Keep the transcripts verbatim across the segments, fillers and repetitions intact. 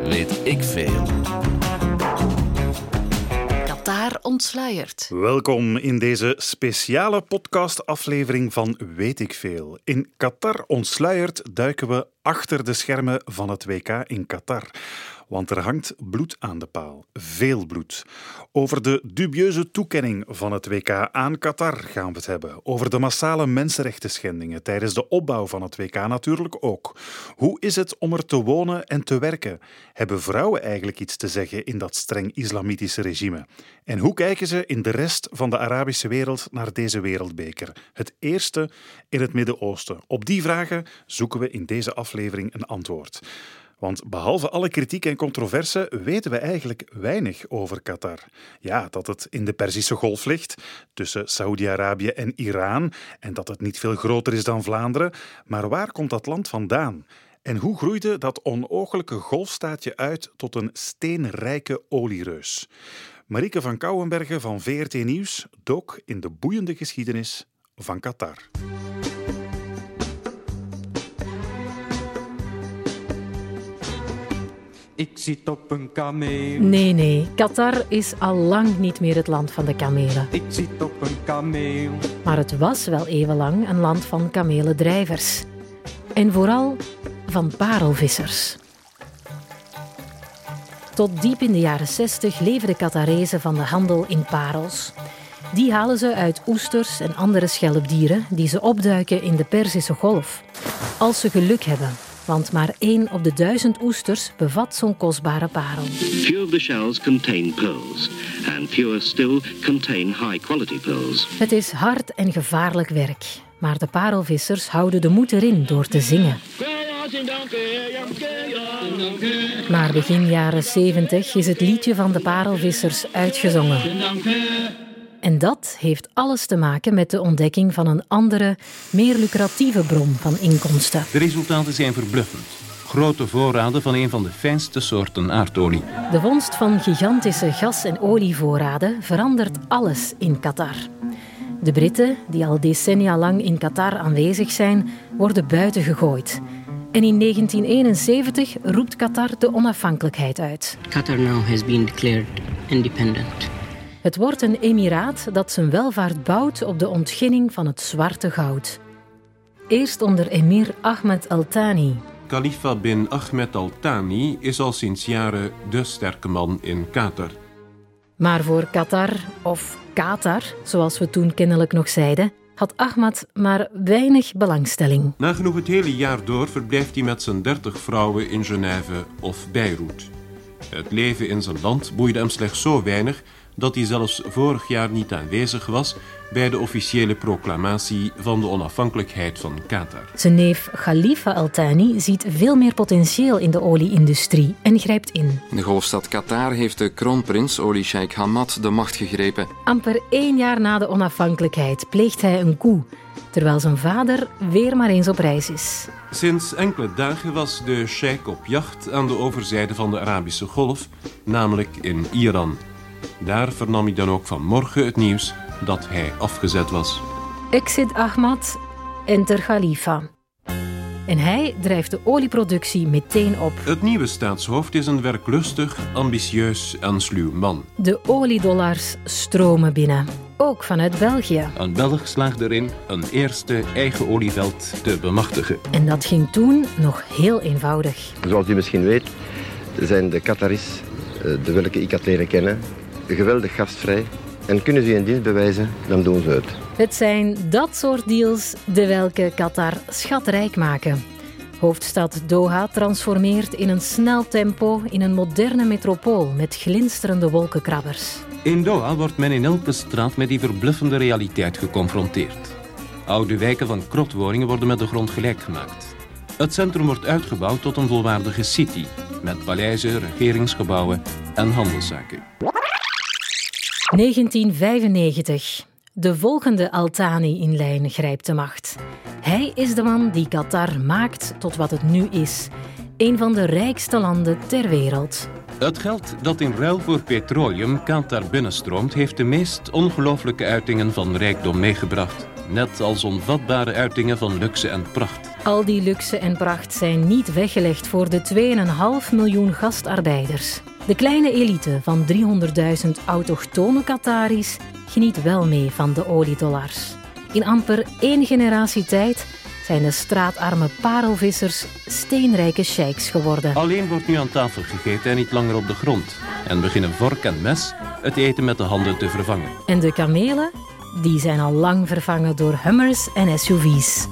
weet ik veel. Qatar ontsluierd. Welkom in deze speciale podcastaflevering van Weet ik veel. In Qatar ontsluierd duiken we achter de schermen van het W K in Qatar. Want er hangt bloed aan de paal. Veel bloed. Over de dubieuze toekenning van het W K aan Qatar gaan we het hebben. Over de massale mensenrechtenschendingen tijdens de opbouw van het W K natuurlijk ook. Hoe is het om er te wonen en te werken? Hebben vrouwen eigenlijk iets te zeggen in dat streng islamitische regime? En hoe kijken ze in de rest van de Arabische wereld naar deze wereldbeker? Het eerste in het Midden-Oosten. Op die vragen zoeken we in deze aflevering een antwoord. Want behalve alle kritiek en controverse weten we eigenlijk weinig over Qatar. Ja, dat het in de Perzische Golf ligt, tussen Saoedi-Arabië en Iran, en dat het niet veel groter is dan Vlaanderen. Maar waar komt dat land vandaan? En hoe groeide dat onooglijke golfstaatje uit tot een steenrijke oliereus? Marieke van Kouwenbergen van V R T Nieuws dook in de boeiende geschiedenis van Qatar. Ik zit op een kameel. Nee, nee. Qatar is al lang niet meer het land van de kamelen. Ik zit op een kameel. Maar het was wel eeuwenlang een land van kamelendrijvers. En vooral van parelvissers. Tot diep in de jaren zestig leven de Qatarezen van de handel in parels. Die halen ze uit oesters en andere schelpdieren die ze opduiken in de Perzische Golf. Als ze geluk hebben. Want maar één op de duizend oesters bevat zo'n kostbare parel. Few of the shells contain pearls, and fewer still contain high-quality pearls. Het is hard en gevaarlijk werk, maar de parelvissers houden de moed erin door te zingen. Maar begin jaren zeventig is het liedje van de parelvissers uitgezongen. En dat heeft alles te maken met de ontdekking van een andere, meer lucratieve bron van inkomsten. De resultaten zijn verbluffend. Grote voorraden van een van de fijnste soorten aardolie. De vondst van gigantische gas- en olievoorraden verandert alles in Qatar. De Britten, die al decennia lang in Qatar aanwezig zijn, worden buiten gegooid. En in negentien eenenzeventig roept Qatar de onafhankelijkheid uit. Qatar now has been declared independent. Het wordt een emiraat dat zijn welvaart bouwt op de ontginning van het zwarte goud. Eerst onder emir Ahmed Al Thani. Khalifa bin Ahmed Al Thani is al sinds jaren de sterke man in Qatar. Maar voor Qatar, of Qatar, zoals we toen kennelijk nog zeiden, had Ahmed maar weinig belangstelling. Nagenoeg het hele jaar door verblijft hij met zijn dertig vrouwen in Genève of Beirut. Het leven in zijn land boeide hem slechts zo weinig dat hij zelfs vorig jaar niet aanwezig was bij de officiële proclamatie van de onafhankelijkheid van Qatar. Zijn neef Khalifa Al Thani ziet veel meer potentieel in de olieindustrie en grijpt in. In de golfstad Qatar heeft de kroonprins oliesheik Hamad de macht gegrepen. Amper één jaar na de onafhankelijkheid pleegt hij een coup, terwijl zijn vader weer maar eens op reis is. Sinds enkele dagen was de sheik op jacht aan de overzijde van de Arabische Golf, namelijk in Iran. Daar vernam hij dan ook vanmorgen het nieuws dat hij afgezet was. Exit Ahmad, enter Khalifa. En hij drijft de olieproductie meteen op. Het nieuwe staatshoofd is een werklustig, ambitieus en sluw man. De oliedollars stromen binnen, ook vanuit België. Een Belg slaagde erin een eerste eigen olieveld te bemachtigen. En dat ging toen nog heel eenvoudig. Zoals u misschien weet, zijn de Qataris, de welke ik had leren kennen, geweldig gastvrij. En kunnen ze een dienst bewijzen, dan doen ze het. Het zijn dat soort deals de welke Qatar schatrijk maken. Hoofdstad Doha transformeert in een snel tempo in een moderne metropool met glinsterende wolkenkrabbers. In Doha wordt men in elke straat met die verbluffende realiteit geconfronteerd. Oude wijken van krotwoningen worden met de grond gelijk gemaakt. Het centrum wordt uitgebouwd tot een volwaardige city, met paleizen, regeringsgebouwen en handelszaken. negentien vijfennegentig. De volgende Al Thani in lijn grijpt de macht. Hij is de man die Qatar maakt tot wat het nu is. Een van de rijkste landen ter wereld. Het geld dat in ruil voor petroleum Qatar binnenstroomt, heeft de meest ongelooflijke uitingen van rijkdom meegebracht. Net als onvatbare uitingen van luxe en pracht. Al die luxe en pracht zijn niet weggelegd voor de twee komma vijf miljoen gastarbeiders. De kleine elite van driehonderdduizend autochtone Qataris geniet wel mee van de oliedollars. In amper één generatie tijd zijn de straatarme parelvissers steenrijke sheiks geworden. Alleen wordt nu aan tafel gegeten en niet langer op de grond. En beginnen vork en mes het eten met de handen te vervangen. En de kamelen, die zijn al lang vervangen door Hummers en S U V's.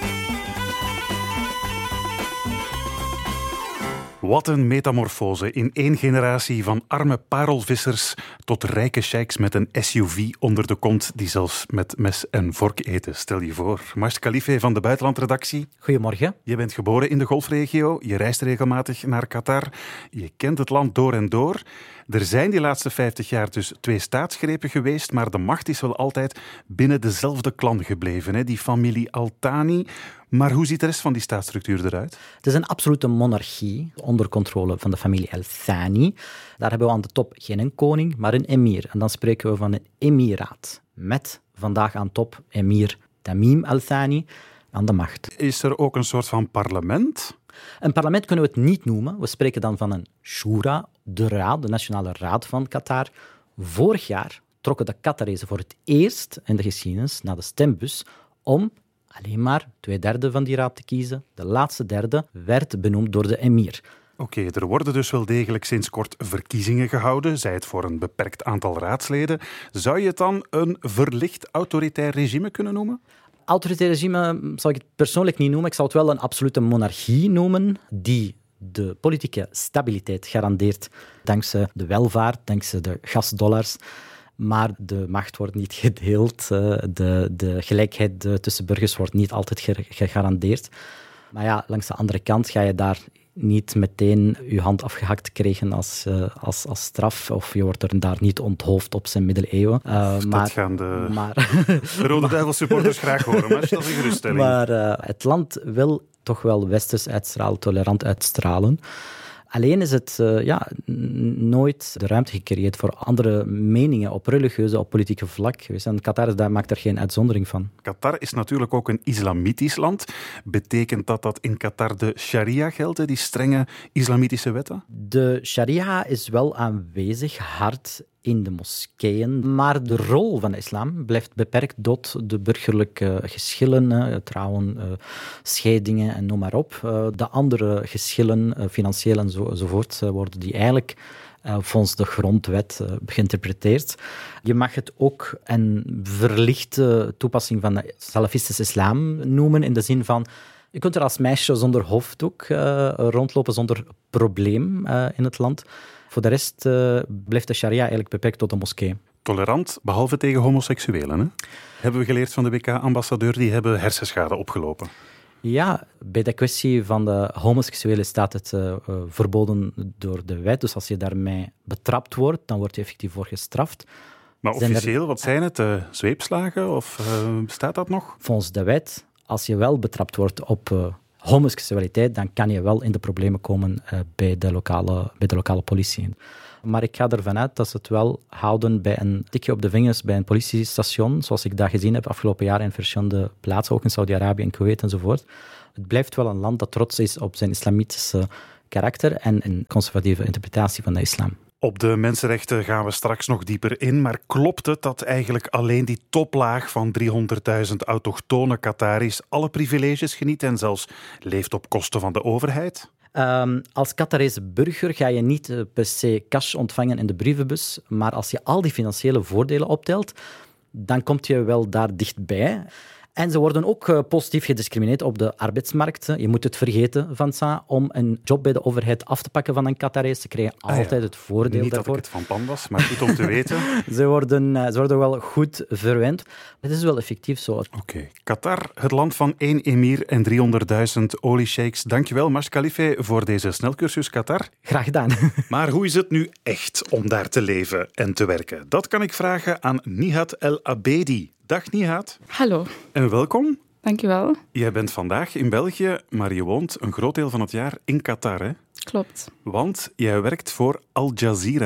Wat een metamorfose in één generatie van arme parelvissers tot rijke sheiks met een S U V onder de kont die zelfs met mes en vork eten. Stel je voor. Maj Khalife van de buitenlandredactie. Goedemorgen. Je bent geboren in de Golfregio, je reist regelmatig naar Qatar, je kent het land door en door. Er zijn die laatste vijftig jaar dus twee staatsgrepen geweest, maar de macht is wel altijd binnen dezelfde clan gebleven, hè? Die familie Al Thani. Maar hoe ziet de rest van die staatsstructuur eruit? Het is een absolute monarchie onder controle van de familie Al Thani. Daar hebben we aan de top geen een koning, maar een emir. En dan spreken we van een emiraat. Met vandaag aan top emir Tamim Al Thani aan de macht. Is er ook een soort van parlement? Een parlement kunnen we het niet noemen. We spreken dan van een shura, de raad, de nationale raad van Qatar. Vorig jaar trokken de Qatarezen voor het eerst in de geschiedenis naar de stembus om alleen maar twee derde van die raad te kiezen. De laatste derde werd benoemd door de emir. Oké, okay, er worden dus wel degelijk sinds kort verkiezingen gehouden, zij het voor een beperkt aantal raadsleden. Zou je het dan een verlicht autoritair regime kunnen noemen? Autoritair regime zou ik het persoonlijk niet noemen. Ik zou het wel een absolute monarchie noemen die de politieke stabiliteit garandeert dankzij de welvaart, dankzij de gasdollars. Maar de macht wordt niet gedeeld. De, de gelijkheid tussen burgers wordt niet altijd gegarandeerd. Maar ja, langs de andere kant ga je daar niet meteen je hand afgehakt krijgen als, als, als straf. Of je wordt er daar niet onthoofd op zijn middeleeuwen. Uh, dat maar, gaan de, maar, de Rode Duivel supporters graag horen. Maar dat is een geruststelling. Maar uh, het land wil toch wel westers uitstralen, tolerant uitstralen. Alleen is het uh, ja, n- nooit de ruimte gecreëerd voor andere meningen op religieuze, op politieke vlak. En Qatar daar maakt er geen uitzondering van. Qatar is natuurlijk ook een islamitisch land. Betekent dat dat in Qatar de sharia geldt, die strenge islamitische wetten? De sharia is wel aanwezig, hard in de moskeeën, maar de rol van de islam blijft beperkt tot de burgerlijke geschillen, uh, trouwen, uh, scheidingen en noem maar op. Uh, de andere geschillen, uh, financieel en zo, enzovoort, uh, worden die eigenlijk uh, volgens de grondwet uh, geïnterpreteerd. Je mag het ook een verlichte toepassing van de salafistische islam noemen, in de zin van je kunt er als meisje zonder hoofddoek uh, rondlopen zonder probleem uh, in het land. Voor de rest uh, blijft de sharia eigenlijk beperkt tot de moskee. Tolerant, behalve tegen homoseksuelen, hè? Hebben we geleerd van de W K-ambassadeur, die hebben hersenschade opgelopen. Ja, bij de kwestie van de homoseksuelen staat het uh, uh, verboden door de wet. Dus als je daarmee betrapt wordt, dan word je effectief voor gestraft. Maar officieel, er... wat zijn het? Uh, zweepslagen? Of uh, bestaat dat nog? Volgens de wet, als je wel betrapt wordt op Uh, homoseksualiteit, dan kan je wel in de problemen komen uh, bij, de lokale, bij de lokale politie. Maar ik ga ervan uit dat ze het wel houden bij een tikje op de vingers bij een politiestation, zoals ik dat gezien heb afgelopen jaar in verschillende plaatsen, ook in Saudi-Arabië en Kuwait enzovoort. Het blijft wel een land dat trots is op zijn islamitische karakter en een conservatieve interpretatie van de islam. Op de mensenrechten gaan we straks nog dieper in, maar klopt het dat eigenlijk alleen die toplaag van driehonderdduizend autochtone Qataris alle privileges geniet en zelfs leeft op kosten van de overheid? Um, als Qatarese burger ga je niet uh, per se cash ontvangen in de brievenbus, maar als je al die financiële voordelen optelt, dan kom je wel daar dichtbij. En ze worden ook uh, positief gediscrimineerd op de arbeidsmarkt. Je moet het vergeten, Vincent, om een job bij de overheid af te pakken van een Qatarees. Ze krijgen altijd ah, ja. het voordeel Niet daarvoor. Niet dat ik het van plan was, maar goed om te weten. ze, worden, uh, ze worden wel goed verwend. Het is wel effectief zo. Oké. Okay. Qatar, het land van één emir en driehonderdduizend oliesheiks. Dankjewel, Maj Khalife, voor deze snelcursus Qatar. Graag gedaan. Maar hoe is het nu echt om daar te leven en te werken? Dat kan ik vragen aan Nihat El Abedi. Dag Nihat. Hallo. En welkom. Dankjewel. Jij bent vandaag in België, maar je woont een groot deel van het jaar in Qatar, hè? Klopt. Want jij werkt voor Al Jazeera.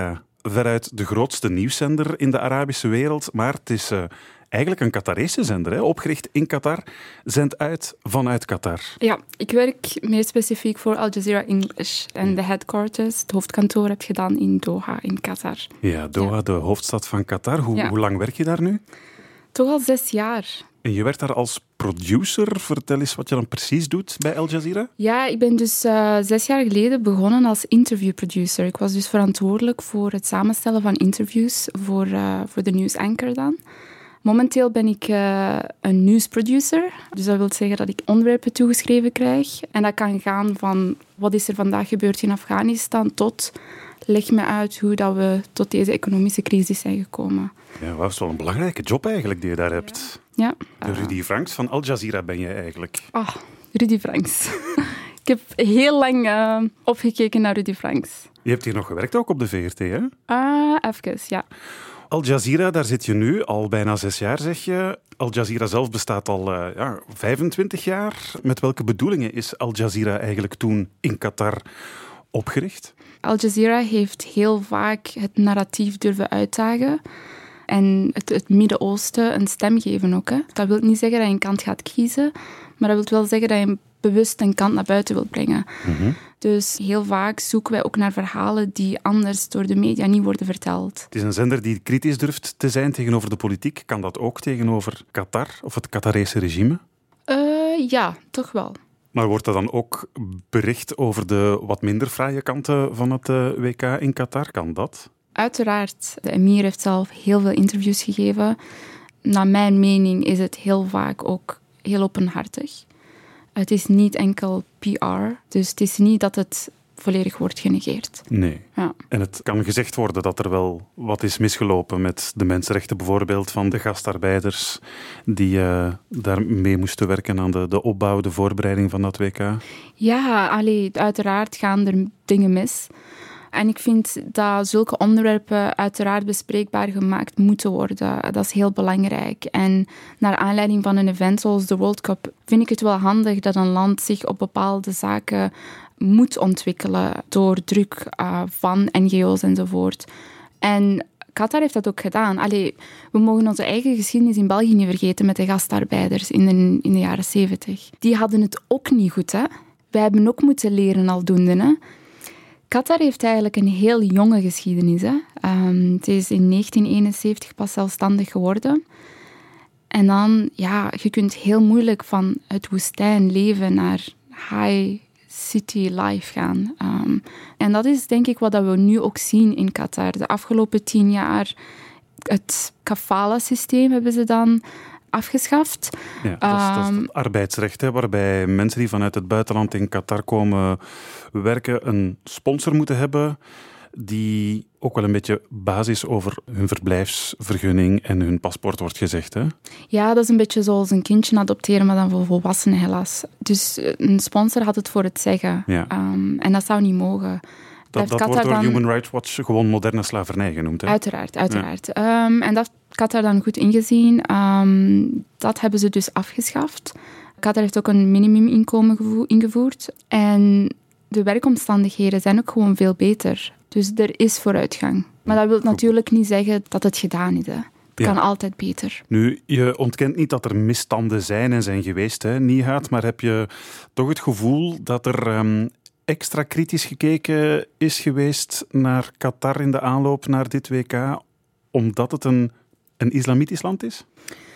veruit de grootste nieuwszender in de Arabische wereld, maar het is uh, eigenlijk een Qatarese zender, hè? Opgericht in Qatar, zendt uit vanuit Qatar. Ja, ik werk meer specifiek voor Al Jazeera English en de headquarters, het hoofdkantoor, heb gedaan in Doha, in Qatar. Ja, Doha, ja. De hoofdstad van Qatar. Hoe, ja. hoe lang werk je daar nu? Toch al zes jaar. En je werkt daar als producer. Vertel eens wat je dan precies doet bij Al Jazeera. Ja, ik ben dus uh, zes jaar geleden begonnen als interviewproducer. Ik was dus verantwoordelijk voor het samenstellen van interviews voor, uh, voor de nieuwsanker dan. Momenteel ben ik uh, een nieuwsproducer. Dus dat wil zeggen dat ik onderwerpen toegeschreven krijg. En dat kan gaan van wat is er vandaag gebeurd in Afghanistan tot leg me uit hoe dat we tot deze economische crisis zijn gekomen. Ja, dat is wel een belangrijke job eigenlijk die je daar hebt. Ja. De Rudy Franks van Al Jazeera ben je eigenlijk. Ah, Rudy Franks. Ik heb heel lang uh, opgekeken naar Rudy Franks. Je hebt hier nog gewerkt ook op de V R T, hè? Ah, uh, even, ja. Al Jazeera, daar zit je nu al bijna zes jaar, zeg je. Al Jazeera zelf bestaat al uh, ja, vijfentwintig jaar. Met welke bedoelingen is Al Jazeera eigenlijk toen in Qatar opgericht? Al Jazeera heeft heel vaak het narratief durven uitdagen en het, het Midden-Oosten een stem geven ook. Hè. Dat wil niet zeggen dat je een kant gaat kiezen, maar dat wil wel zeggen dat je bewust een kant naar buiten wilt brengen. Mm-hmm. Dus heel vaak zoeken wij ook naar verhalen die anders door de media niet worden verteld. Het is een zender die kritisch durft te zijn tegenover de politiek. Kan dat ook tegenover Qatar of het Qatarese regime? Uh, ja, toch wel. Maar wordt er dan ook bericht over de wat minder fraaie kanten van het uh, W K in Qatar? Kan dat? Uiteraard. De emir heeft zelf heel veel interviews gegeven. Naar mijn mening is het heel vaak ook heel openhartig. Het is niet enkel P R, dus het is niet dat het volledig wordt genegeerd. Nee. Ja. En het kan gezegd worden dat er wel wat is misgelopen met de mensenrechten bijvoorbeeld van de gastarbeiders die uh, daar mee moesten werken aan de, de opbouw, de voorbereiding van dat W K. Ja, allee, uiteraard gaan er dingen mis. En ik vind dat zulke onderwerpen uiteraard bespreekbaar gemaakt moeten worden. Dat is heel belangrijk. En naar aanleiding van een event zoals de World Cup vind ik het wel handig dat een land zich op bepaalde zaken moet ontwikkelen door druk uh, van N G O's enzovoort. En Qatar heeft dat ook gedaan. Allee, we mogen onze eigen geschiedenis in België niet vergeten met de gastarbeiders in de, in de jaren zeventig. Die hadden het ook niet goed, hè. Wij hebben ook moeten leren aldoende, hè. Qatar heeft eigenlijk een heel jonge geschiedenis. Hè. Um, het is in negentien eenenzeventig pas zelfstandig geworden. En dan, ja, je kunt heel moeilijk van het woestijnleven naar high city life gaan. Um, en dat is denk ik wat we nu ook zien in Qatar. De afgelopen tien jaar, het kafala-systeem hebben ze dan afgeschaft. Ja, dat is, dat is het arbeidsrecht, hè, waarbij mensen die vanuit het buitenland in Qatar komen werken een sponsor moeten hebben die ook wel een beetje basis over hun verblijfsvergunning en hun paspoort wordt gezegd. Hè? Ja, dat is een beetje zoals een kindje adopteren, maar dan voor volwassenen helaas. Dus een sponsor had het voor het zeggen. Ja. Um, en dat zou niet mogen. Dat, dat wordt door dan Human Rights Watch gewoon moderne slavernij genoemd. Hè? Uiteraard, uiteraard. Ja. Um, en dat heeft Qatar dan goed ingezien. Um, dat hebben ze dus afgeschaft. Qatar heeft ook een minimuminkomen ingevoerd. En de werkomstandigheden zijn ook gewoon veel beter. Dus er is vooruitgang. Maar dat wil natuurlijk niet zeggen dat het gedaan is. Hè. Het ja. kan altijd beter. Nu, je ontkent niet dat er misstanden zijn en zijn geweest, hè, Nihat, maar heb je toch het gevoel dat er um, extra kritisch gekeken is geweest naar Qatar in de aanloop naar dit W K, omdat het een, een islamitisch land is?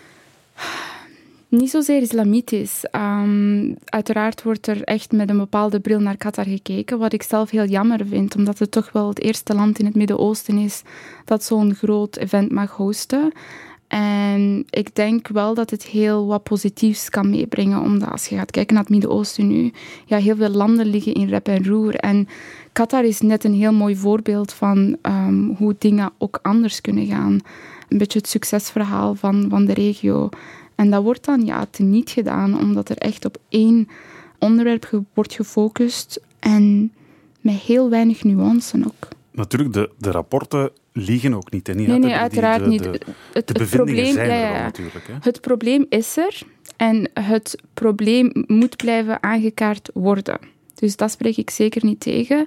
Niet zozeer islamitisch. Um, uiteraard wordt er echt met een bepaalde bril naar Qatar gekeken, wat ik zelf heel jammer vind, omdat het toch wel het eerste land in het Midden-Oosten is dat zo'n groot event mag hosten. En ik denk wel dat het heel wat positiefs kan meebrengen, omdat als je gaat kijken naar het Midden-Oosten nu, ja, heel veel landen liggen in rep en roer. En Qatar is net een heel mooi voorbeeld van um, hoe dingen ook anders kunnen gaan. Een beetje het succesverhaal van, van de regio. En dat wordt dan ja, teniet gedaan, omdat er echt op één onderwerp ge- wordt gefocust en met heel weinig nuance ook. Natuurlijk, de, de rapporten liegen ook niet. Hè? niet nee, nee, uiteraard die, de, niet. De, het, de het bevindingen probleem, zijn er ja, ja. wel natuurlijk. Hè? Het probleem is er en het probleem moet blijven aangekaart worden. Dus dat spreek ik zeker niet tegen.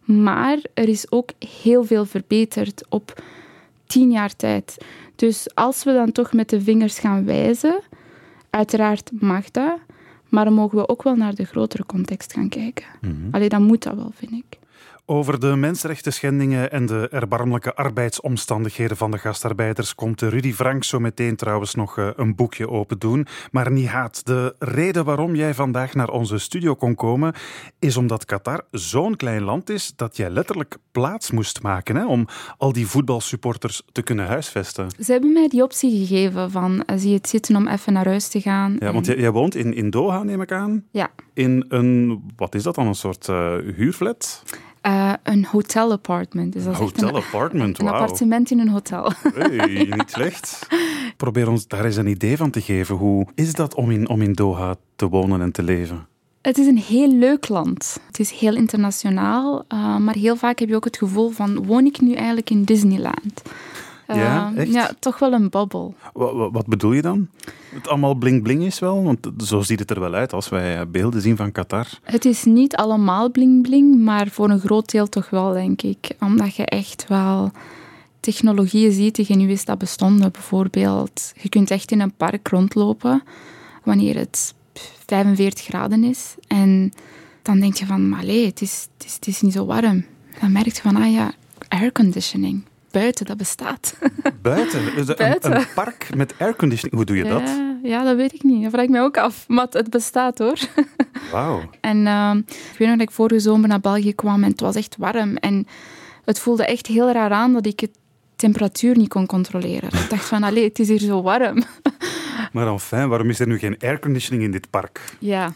Maar er is ook heel veel verbeterd op tien jaar tijd. Dus als we dan toch met de vingers gaan wijzen, uiteraard mag dat, maar dan mogen we ook wel naar de grotere context gaan kijken. Mm-hmm. Allee, dan moet dat wel, vind ik. Over de mensenrechten schendingen en de erbarmelijke arbeidsomstandigheden van de gastarbeiders komt Rudy Franks zo meteen trouwens nog een boekje open doen. Maar Nihat, de reden waarom jij vandaag naar onze studio kon komen, is omdat Qatar zo'n klein land is dat jij letterlijk plaats moest maken, hè, om al die voetbalsupporters te kunnen huisvesten. Ze hebben mij die optie gegeven van, zie je het zitten om even naar huis te gaan. Ja, want jij, jij woont in, in Doha, neem ik aan? Ja. In een, wat is dat dan, een soort uh, huurflat? Uh, een hotel-apartment. Dus dat is hotel-apartment, een, wauw. Een appartement in een hotel. Hey, niet slecht. Probeer ons daar eens een idee van te geven. Hoe is dat om in, om in Doha te wonen en te leven? Het is een heel leuk land. Het is heel internationaal, uh, maar heel vaak heb je ook het gevoel van, woon ik nu eigenlijk in Disneyland? Uh, ja, echt? Ja, toch wel een bubbel. Wat, wat, wat bedoel je dan? Het allemaal bling-bling is wel? Want zo ziet het er wel uit als wij beelden zien van Qatar. Het is niet allemaal bling-bling, maar voor een groot deel toch wel, denk ik. Omdat je echt wel technologieën ziet die je niet wist dat bestonden. Bijvoorbeeld, je kunt echt in een park rondlopen wanneer het vijfenveertig graden is. En dan denk je van, maar nee, het is, het, is, het is niet zo warm. Dan merk je van, ah ja, airconditioning. Buiten, dat bestaat. Buiten? Dus Buiten. Een, een park met airconditioning. Hoe doe je ja, dat? Ja, dat weet ik niet. Dat vraag ik mij ook af. Maar het bestaat, hoor. Wauw. En uh, ik weet nog dat ik vorige zomer naar België kwam en het was echt warm. En het voelde echt heel raar aan dat ik de temperatuur niet kon controleren. Ik dacht van, allee, het is hier zo warm. Maar enfin, waarom is er nu geen airconditioning in dit park? Ja.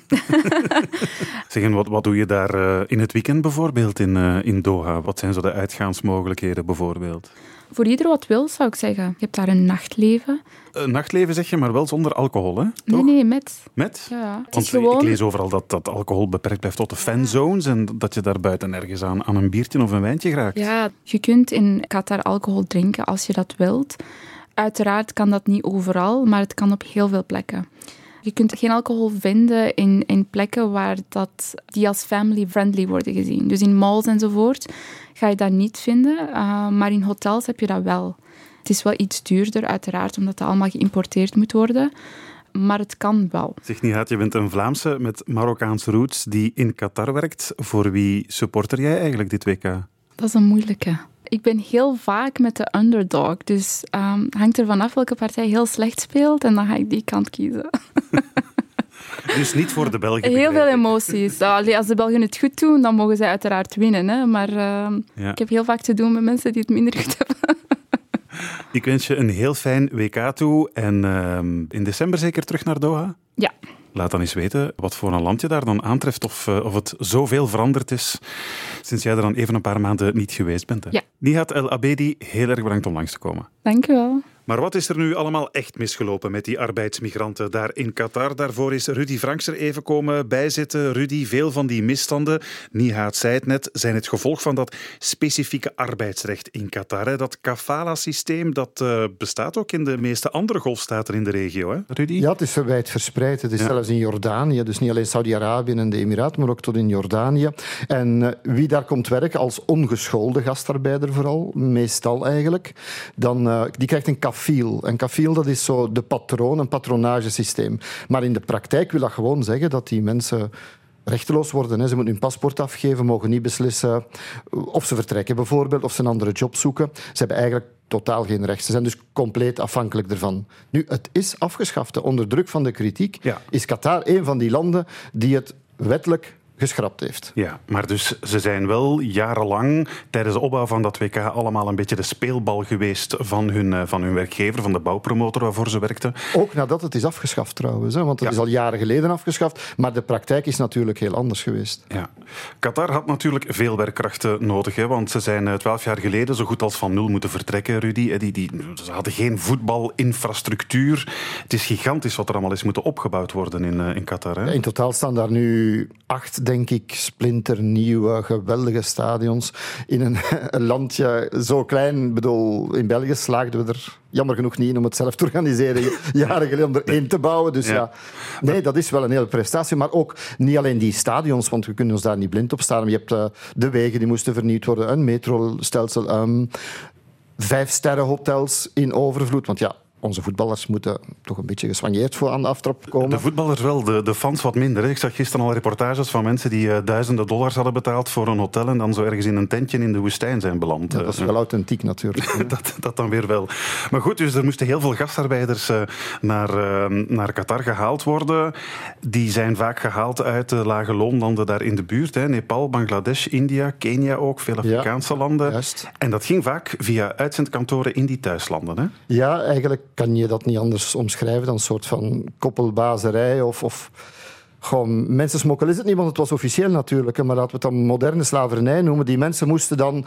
Zeg, en wat, wat doe je daar uh, in het weekend bijvoorbeeld in, uh, in Doha? Wat zijn zo de uitgaansmogelijkheden bijvoorbeeld? Voor ieder wat wil, zou ik zeggen. Je hebt daar een nachtleven. Een nachtleven zeg je, maar wel zonder alcohol, hè? Toch? Nee, nee, met. Met? Ja. Het Want is gewoon... ik lees overal dat, dat alcohol beperkt blijft tot de fanzones en dat je daar buiten ergens aan, aan een biertje of een wijntje geraakt. Ja, je kunt in Qatar alcohol drinken als je dat wilt. Uiteraard kan dat niet overal, maar het kan op heel veel plekken. Je kunt geen alcohol vinden in, in plekken waar dat, die als family-friendly worden gezien. Dus in malls enzovoort ga je dat niet vinden, uh, maar in hotels heb je dat wel. Het is wel iets duurder, uiteraard, omdat dat allemaal geïmporteerd moet worden. Maar het kan wel. Zeg Nihat, je bent een Vlaamse met Marokkaanse roots die in Qatar werkt. Voor wie supporter jij eigenlijk dit W K? Dat is een moeilijke. Ik ben heel vaak met de underdog. Dus het um, hangt ervan af welke partij heel slecht speelt. En dan ga ik die kant kiezen. Dus niet voor de Belgen. Heel veel emoties. Als de Belgen het goed doen, dan mogen zij uiteraard winnen. Hè. Maar uh, ja. ik heb heel vaak te doen met mensen die het minder goed hebben. Ik wens je een heel fijn W K toe. En uh, in december zeker terug naar Doha? Ja. Laat dan eens weten wat voor een land je daar dan aantreft. Of, uh, of het zoveel veranderd is sinds jij er dan even een paar maanden niet geweest bent. Hè? Ja. Nihat El Abedi, heel erg bedankt om langs te komen. Dank u wel. Maar wat is er nu allemaal echt misgelopen met die arbeidsmigranten daar in Qatar? Daarvoor is Rudy Franks er even komen bijzitten. Rudy, veel van die misstanden, Nihat zei het net, zijn het gevolg van dat specifieke arbeidsrecht in Qatar. Hè? Dat kafala-systeem, dat uh, bestaat ook in de meeste andere golfstaten in de regio, hè, Rudy? Ja, het is wijd verspreid. Het is ja. zelfs in Jordanië, dus niet alleen Saudi-Arabië en de Emiraten, maar ook tot in Jordanië. En uh, wie daar komt werken, als ongeschoolde gastarbeider vooral, meestal eigenlijk, dan, uh, die krijgt een kafala. Een kafiel, dat is zo de patroon, een patronagesysteem. Maar in de praktijk wil dat gewoon zeggen dat die mensen rechteloos worden. Ze moeten hun paspoort afgeven, mogen niet beslissen of ze vertrekken bijvoorbeeld, of ze een andere job zoeken. Ze hebben eigenlijk totaal geen recht. Ze zijn dus compleet afhankelijk ervan. Nu, het is afgeschaft. Onder druk van de kritiek ja. is Qatar een van die landen die het wettelijk geschrapt heeft. Ja, maar dus ze zijn wel jarenlang tijdens de opbouw van dat W K allemaal een beetje de speelbal geweest van hun, van hun werkgever, van de bouwpromotor waarvoor ze werkten. Ook nadat het is afgeschaft trouwens, hè, want het ja. is al jaren geleden afgeschaft, maar de praktijk is natuurlijk heel anders geweest. Ja. Qatar had natuurlijk veel werkkrachten nodig, hè, want ze zijn twaalf jaar geleden zo goed als van nul moeten vertrekken, Rudy. Die, die, ze hadden geen voetbalinfrastructuur. Het is gigantisch wat er allemaal is moeten opgebouwd worden in, in Qatar. Hè? Ja, in totaal staan daar nu acht denk ik, splinternieuwe, geweldige stadions in een, een landje zo klein. Ik bedoel, in België slaagden we er jammer genoeg niet in om het zelf te organiseren, jaren geleden om er één te bouwen. Dus ja. ja, nee, dat is wel een hele prestatie. Maar ook niet alleen die stadions, want we kunnen ons daar niet blind op staan. Je hebt uh, de wegen die moesten vernieuwd worden, een metrostelsel, um, vijfsterrenhotels in overvloed. Want ja, onze voetballers moeten toch een beetje geswanjeerd voor aan de aftrap komen. De voetballers wel, de, de fans wat minder. Hè. Ik zag gisteren al reportages van mensen die uh, duizenden dollars hadden betaald voor een hotel en dan zo ergens in een tentje in de woestijn zijn beland. Ja, dat is wel uh, authentiek natuurlijk. dat, dat dan weer wel. Maar goed, dus er moesten heel veel gastarbeiders uh, naar, uh, naar Qatar gehaald worden. Die zijn vaak gehaald uit de lage loonlanden daar in de buurt. Hè. Nepal, Bangladesh, India, Kenia ook, veel Afrikaanse ja, landen. Juist. En dat ging vaak via uitzendkantoren in die thuislanden. Hè. Ja, eigenlijk kan je dat niet anders omschrijven dan een soort van koppelbazerij of, of gewoon mensensmokkel is het niet, want het was officieel natuurlijk, maar laten we het dan moderne slavernij noemen. Die mensen moesten dan...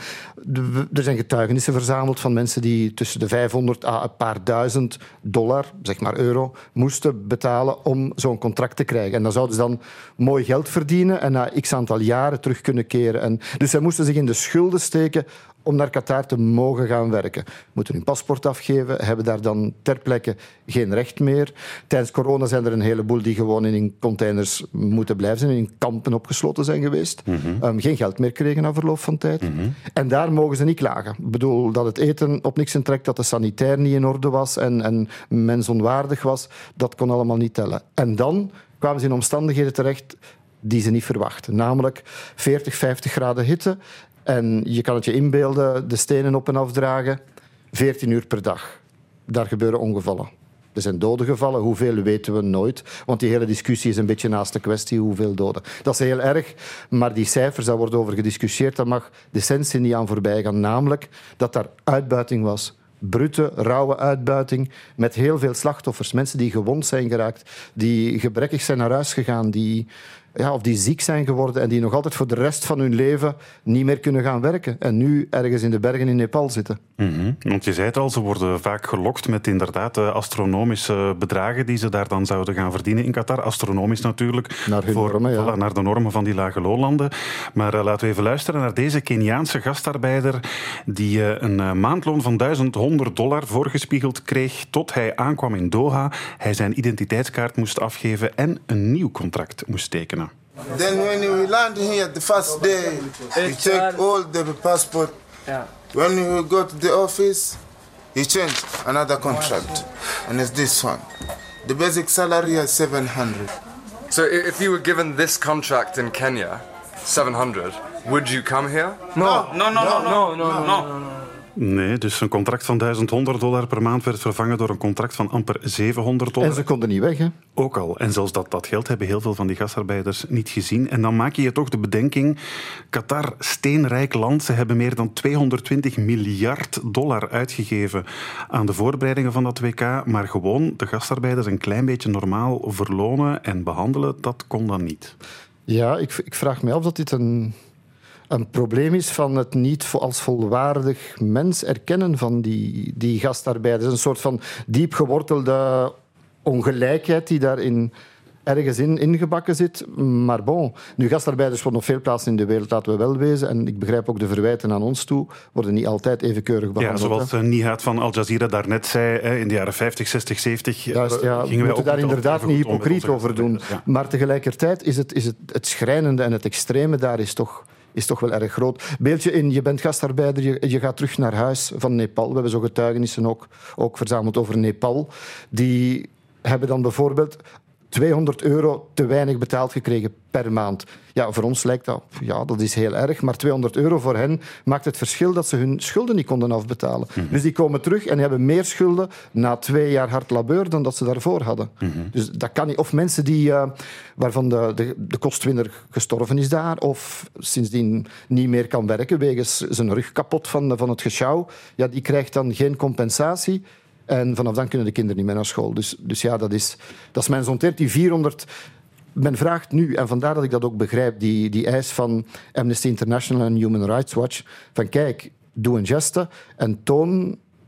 Er zijn getuigenissen verzameld van mensen die tussen de vijfhonderd à een paar duizend dollar, zeg maar euro, moesten betalen om zo'n contract te krijgen. En dan zouden ze dan mooi geld verdienen en na x aantal jaren terug kunnen keren. En dus zij moesten zich in de schulden steken om naar Qatar te mogen gaan werken. Moeten hun paspoort afgeven, hebben daar dan ter plekke geen recht meer. Tijdens corona zijn er een heleboel die gewoon in containers moeten blijven zijn, in kampen opgesloten zijn geweest. Mm-hmm. Um, geen geld meer kregen na verloop van tijd. Mm-hmm. En daar mogen ze niet klagen. Ik bedoel, dat het eten op niks trekt, dat de sanitair niet in orde was en, en mensonwaardig was, dat kon allemaal niet tellen. En dan kwamen ze in omstandigheden terecht die ze niet verwachten. Namelijk veertig, vijftig graden hitte. En je kan het je inbeelden, de stenen op en afdragen, veertien uur per dag. Daar gebeuren ongevallen. Er zijn doden gevallen, hoeveel weten we nooit. Want die hele discussie is een beetje naast de kwestie, hoeveel doden. Dat is heel erg, maar die cijfers, daar wordt over gediscussieerd, daar mag de essentie niet aan voorbij gaan. Namelijk dat daar uitbuiting was. Brute, rauwe uitbuiting met heel veel slachtoffers. Mensen die gewond zijn geraakt, die gebrekkig zijn naar huis gegaan, die... Ja, of die ziek zijn geworden en die nog altijd voor de rest van hun leven niet meer kunnen gaan werken. En nu ergens in de bergen in Nepal zitten. Mm-hmm. Want je zei het al, ze worden vaak gelokt met inderdaad astronomische bedragen die ze daar dan zouden gaan verdienen in Qatar. Astronomisch natuurlijk. Naar hun voor, normen, ja. voilà, naar de normen van die lage loonlanden. Maar uh, laten we even luisteren naar deze Keniaanse gastarbeider die uh, een uh, maandloon van duizendhonderd dollar voorgespiegeld kreeg tot hij aankwam in Doha. Hij zijn identiteitskaart moest afgeven en een nieuw contract moest tekenen. Then when we land here the first day, we check all the passport. Yeah. When we go to the office, he changed another contract. And it's this one. The basic salary is seven hundred. So if you were given this contract in Kenya, seven hundred, would you come here? No, no, no, no, no, no, no. no, no. Nee, dus een contract van duizendhonderd dollar per maand werd vervangen door een contract van amper zevenhonderd dollar. En ze konden niet weg, hè? Ook al. En zelfs dat, dat geld hebben heel veel van die gastarbeiders niet gezien. En dan maak je je toch de bedenking, Qatar, steenrijk land, ze hebben meer dan tweehonderdtwintig miljard dollar uitgegeven aan de voorbereidingen van dat W K, maar gewoon de gastarbeiders een klein beetje normaal verlonen en behandelen, dat kon dan niet. Ja, ik, ik vraag me af dat dit een... een probleem is van het niet als volwaardig mens erkennen van die, die gastarbeiders. Een soort van diep gewortelde ongelijkheid die daarin ergens in ingebakken zit. Maar bon, nu gastarbeiders worden op veel plaatsen in de wereld, laten we wel wezen. En ik begrijp ook de verwijten aan ons toe, worden niet altijd even keurig behandeld. Ja, zoals uh, Nihat van Al Jazeera daarnet zei, hè, in de jaren vijftig, zestig, zeventig... Juist, ja, we moeten daar inderdaad niet hypocriet over doen. Ja. Maar tegelijkertijd is het, is het, het schrijnende en het extreme daar is toch... is toch wel erg groot. Beeldje in, je bent gastarbeider, je, je gaat terug naar huis van Nepal. We hebben zo getuigenissen ook, ook verzameld over Nepal. Die hebben dan bijvoorbeeld tweehonderd euro te weinig betaald gekregen per maand. Ja, voor ons lijkt dat, ja, dat is heel erg, maar tweehonderd euro voor hen maakt het verschil dat ze hun schulden niet konden afbetalen. Mm-hmm. Dus die komen terug en hebben meer schulden na twee jaar hard labeur dan dat ze daarvoor hadden. Mm-hmm. Dus dat kan niet. Of mensen die, uh, waarvan de, de, de kostwinner gestorven is daar, of sindsdien niet meer kan werken wegens zijn rug kapot van, van het gesjouw, ja, die krijgt dan geen compensatie. En vanaf dan kunnen de kinderen niet meer naar school. Dus, dus ja, dat is, dat is mijn zonteert. Die vierhonderd... Men vraagt nu, en vandaar dat ik dat ook begrijp, die, die eis van Amnesty International en Human Rights Watch, van kijk, doe een geste en toon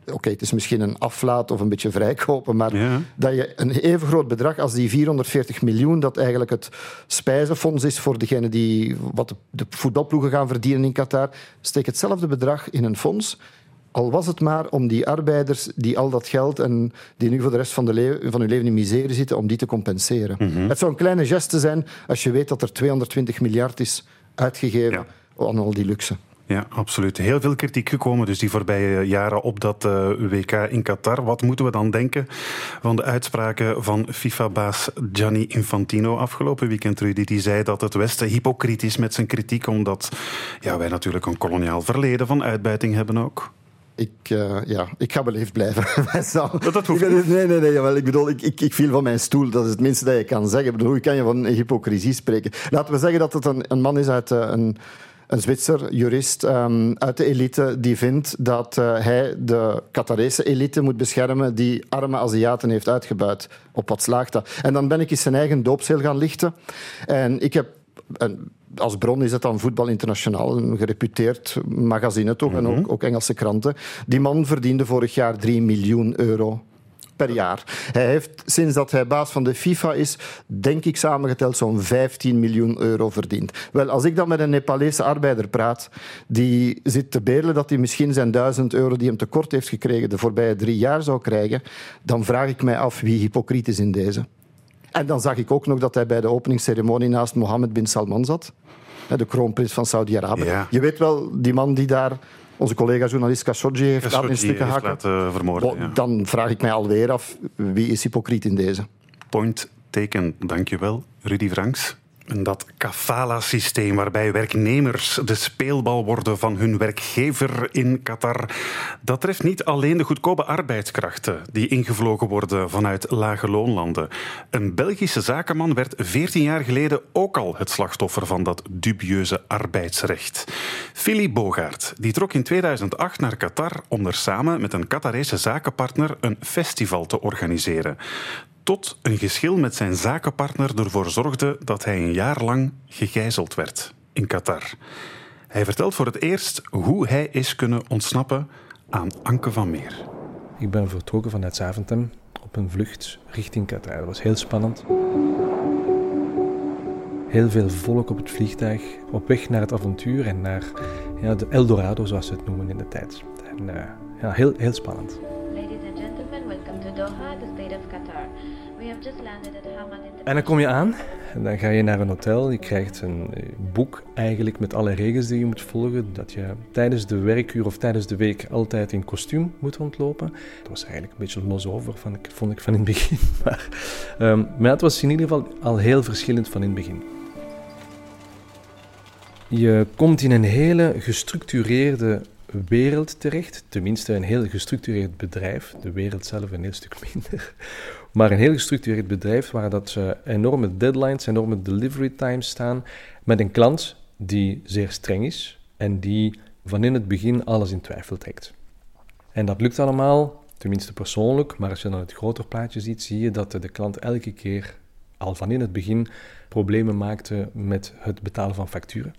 Oké, okay, het is misschien een aflaat of een beetje vrijkopen, maar ja. dat je een even groot bedrag als die vierhonderdveertig miljoen, dat eigenlijk het spijzenfonds is voor degene die wat de, de voetbalploegen gaan verdienen in Qatar, steek hetzelfde bedrag in een fonds. Al was het maar om die arbeiders die al dat geld en die nu voor de rest van, de le- van hun leven in miserie zitten, om die te compenseren. Mm-hmm. Het zou een kleine geste zijn als je weet dat er tweehonderdtwintig miljard is uitgegeven ja. aan al die luxe. Ja, absoluut. Heel veel kritiek gekomen dus die voorbije jaren op dat uh, W K in Qatar. Wat moeten we dan denken van de uitspraken van FIFA-baas Gianni Infantino afgelopen weekend, Rudy? Die zei dat het Westen hypocriet is met zijn kritiek, omdat ja, wij natuurlijk een koloniaal verleden van uitbuiting hebben ook. Ik, uh, ja, ik ga beleefd blijven. dat, dat hoeft niet. Nee, nee, nee. Jawel, ik bedoel, ik, ik, ik viel van mijn stoel. Dat is het minste dat je kan zeggen. Ik bedoel, hoe kan je van hypocrisie spreken? Laten we zeggen dat het een, een man is uit uh, een... Een Zwitser, jurist um, uit de elite, die vindt dat uh, hij de Qatarese elite moet beschermen die arme Aziaten heeft uitgebuit. Op wat slaagt dat? En dan ben ik eens zijn eigen doopseel gaan lichten. En ik heb... En als bron is het dan Voetbal Internationaal, een gereputeerd magazine toch, mm-hmm. en ook, ook Engelse kranten. Die man verdiende vorig jaar drie miljoen euro per jaar. Hij heeft, sinds dat hij baas van de FIFA is, denk ik samengeteld zo'n vijftien miljoen euro verdiend. Wel, als ik dan met een Nepalese arbeider praat, die zit te bedelen dat hij misschien zijn duizend euro die hem tekort heeft gekregen de voorbije drie jaar zou krijgen, dan vraag ik mij af wie hypocriet is in deze. En dan zag ik ook nog dat hij bij de openingsceremonie naast Mohammed bin Salman zat, de kroonprins van Saudi-Arabië. Ja. Je weet wel, die man die daar onze collega-journalist Khashoggi heeft Khashoggi laten in stukken hakken. Laten vermoorden, ja. Dan vraag ik mij alweer af, wie is hypocriet in deze? Point taken. Dankjewel, Rudy Franks. En dat kafala-systeem waarbij werknemers de speelbal worden van hun werkgever in Qatar, dat treft niet alleen de goedkope arbeidskrachten die ingevlogen worden vanuit lage loonlanden. Een Belgische zakenman werd veertien jaar geleden ook al het slachtoffer van dat dubieuze arbeidsrecht. Philly Bogaert die trok in tweeduizend acht naar Qatar om er samen met een Qatarese zakenpartner een festival te organiseren. Tot een geschil met zijn zakenpartner ervoor zorgde dat hij een jaar lang gegijzeld werd in Qatar. Hij vertelt voor het eerst hoe hij is kunnen ontsnappen aan Anke van Meer. Ik ben vertrokken vanuit Zaventem op een vlucht richting Qatar. Dat was heel spannend. Heel veel volk op het vliegtuig, op weg naar het avontuur en naar ja, de Eldorado, zoals ze het noemen in de tijd. En, uh, ja, heel, heel spannend. En dan kom je aan, en dan ga je naar een hotel, je krijgt een boek eigenlijk met alle regels die je moet volgen, dat je tijdens de werkuur of tijdens de week altijd in kostuum moet rondlopen. Dat was eigenlijk een beetje los over, van, vond ik van in het begin. Maar, um, maar het was in ieder geval al heel verschillend van in het begin. Je komt in een hele gestructureerde wereld terecht, tenminste een heel gestructureerd bedrijf, de wereld zelf een heel stuk minder, maar een heel gestructureerd bedrijf waar dat uh, enorme deadlines, enorme delivery times staan, met een klant die zeer streng is en die van in het begin alles in twijfel trekt. En dat lukt allemaal, tenminste persoonlijk, maar als je dan het groter plaatje ziet, zie je dat de klant elke keer al van in het begin problemen maakte met het betalen van facturen.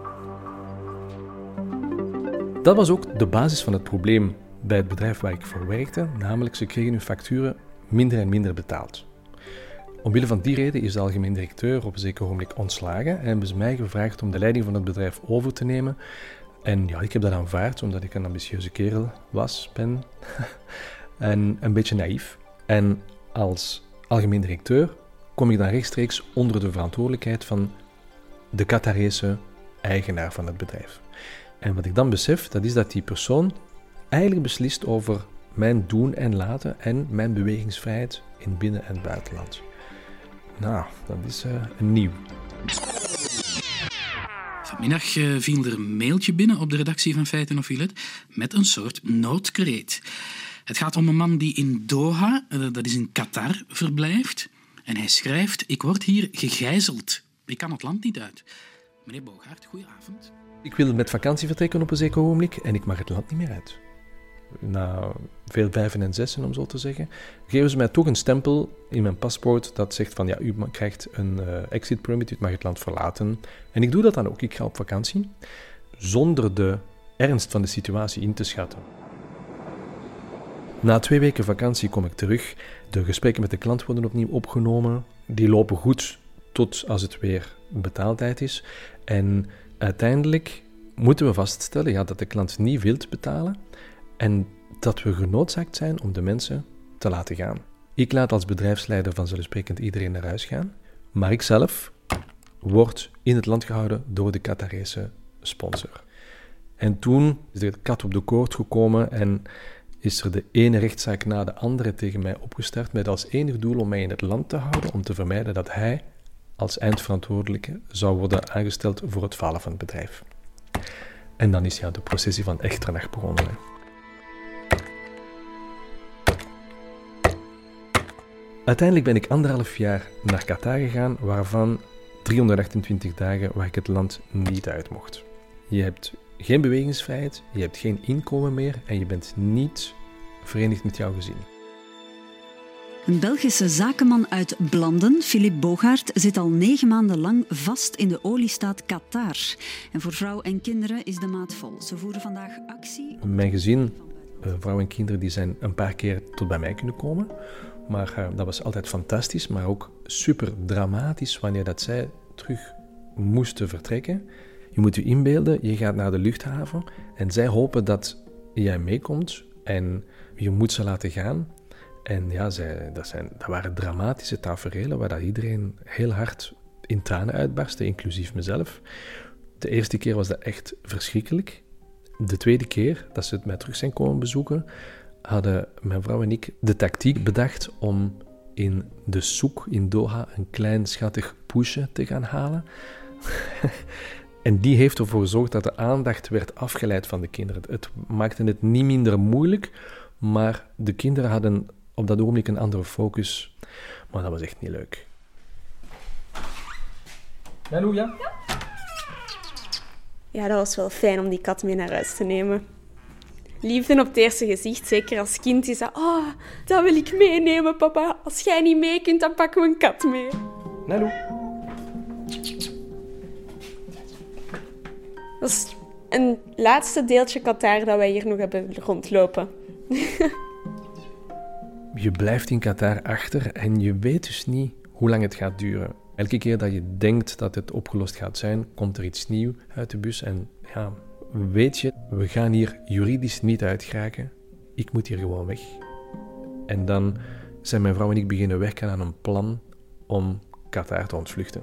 Dat was ook de basis van het probleem bij het bedrijf waar ik voor werkte, namelijk ze kregen hun facturen minder en minder betaald. Omwille van die reden is de algemeen directeur op een zeker ogenblik ontslagen en hebben ze mij gevraagd om de leiding van het bedrijf over te nemen. En ja, ik heb dat aanvaard, omdat ik een ambitieuze kerel was, ben, en een beetje naïef. En als algemeen directeur kom ik dan rechtstreeks onder de verantwoordelijkheid van de Qatarese eigenaar van het bedrijf. En wat ik dan besef, dat is dat die persoon eigenlijk beslist over mijn doen en laten en mijn bewegingsvrijheid in binnen- en buitenland. Nou, dat is uh, nieuw. Vanmiddag uh, viel er een mailtje binnen op de redactie van Feiten of Filet met een soort noodkreet. Het gaat om een man die in Doha, uh, dat is in Qatar, verblijft. En hij schrijft, ik word hier gegijzeld. Ik kan het land niet uit. Meneer Bogaert, goedenavond. Ik wil met vakantie vertrekken op een zeker ogenblik en ik mag het land niet meer uit. Na veel vijven en zessen, om zo te zeggen, geven ze mij toch een stempel in mijn paspoort dat zegt van ja, u krijgt een uh, exit permit, u mag het land verlaten. En ik doe dat dan ook. Ik ga op vakantie, zonder de ernst van de situatie in te schatten. Na twee weken vakantie kom ik terug. De gesprekken met de klant worden opnieuw opgenomen. Die lopen goed tot als het weer betaaltijd is. En uiteindelijk moeten we vaststellen ja, dat de klant niet wil betalen en dat we genoodzaakt zijn om de mensen te laten gaan. Ik laat als bedrijfsleider vanzelfsprekend iedereen naar huis gaan, maar ik zelf word in het land gehouden door de Qatarese sponsor. En toen is er de kat op de koord gekomen en is er de ene rechtszaak na de andere tegen mij opgestart met als enig doel om mij in het land te houden, om te vermijden dat hij als eindverantwoordelijke zou worden aangesteld voor het falen van het bedrijf. En dan is ja de processie van Echternach begonnen. Hè. Uiteindelijk ben ik anderhalf jaar naar Qatar gegaan, waarvan driehonderdachtentwintig dagen waar ik het land niet uit mocht. Je hebt geen bewegingsvrijheid, je hebt geen inkomen meer en je bent niet verenigd met jouw gezin. Een Belgische zakenman uit Blanden, Philippe Bogaert, zit al negen maanden lang vast in de oliestaat Qatar. En voor vrouw en kinderen is de maat vol. Ze voeren vandaag actie. Mijn gezin, vrouw en kinderen, die zijn een paar keer tot bij mij kunnen komen. Maar uh, dat was altijd fantastisch, maar ook super dramatisch wanneer dat zij terug moesten vertrekken. Je moet je inbeelden, je gaat naar de luchthaven en zij hopen dat jij meekomt en je moet ze laten gaan. En ja, zij, dat, zijn, dat waren dramatische taferelen waar dat iedereen heel hard in tranen uitbarstte, inclusief mezelf. De eerste keer was dat echt verschrikkelijk. De tweede keer dat ze mij terug zijn komen bezoeken, hadden mijn vrouw en ik de tactiek bedacht om in de souk in Doha een klein schattig poesje te gaan halen. En die heeft ervoor gezorgd dat de aandacht werd afgeleid van de kinderen. Het maakte het niet minder moeilijk, maar de kinderen hadden op dat ogenblik een andere focus. Maar dat was echt niet leuk. Hallo, ja? Ja, dat was wel fijn om die kat mee naar huis te nemen. Liefde op het eerste gezicht, zeker als kind, is dat... Oh, dat wil ik meenemen, papa. Als jij niet mee kunt, dan pakken we een kat mee. Hallo. Dat is een laatste deeltje Qatar dat wij hier nog hebben rondlopen. Je blijft in Qatar achter en je weet dus niet hoe lang het gaat duren. Elke keer dat je denkt dat het opgelost gaat zijn, komt er iets nieuws uit de bus. En ja, weet je, we gaan hier juridisch niet uitgeraken. Ik moet hier gewoon weg. En dan zijn mijn vrouw en ik beginnen werken aan een plan om Qatar te ontvluchten.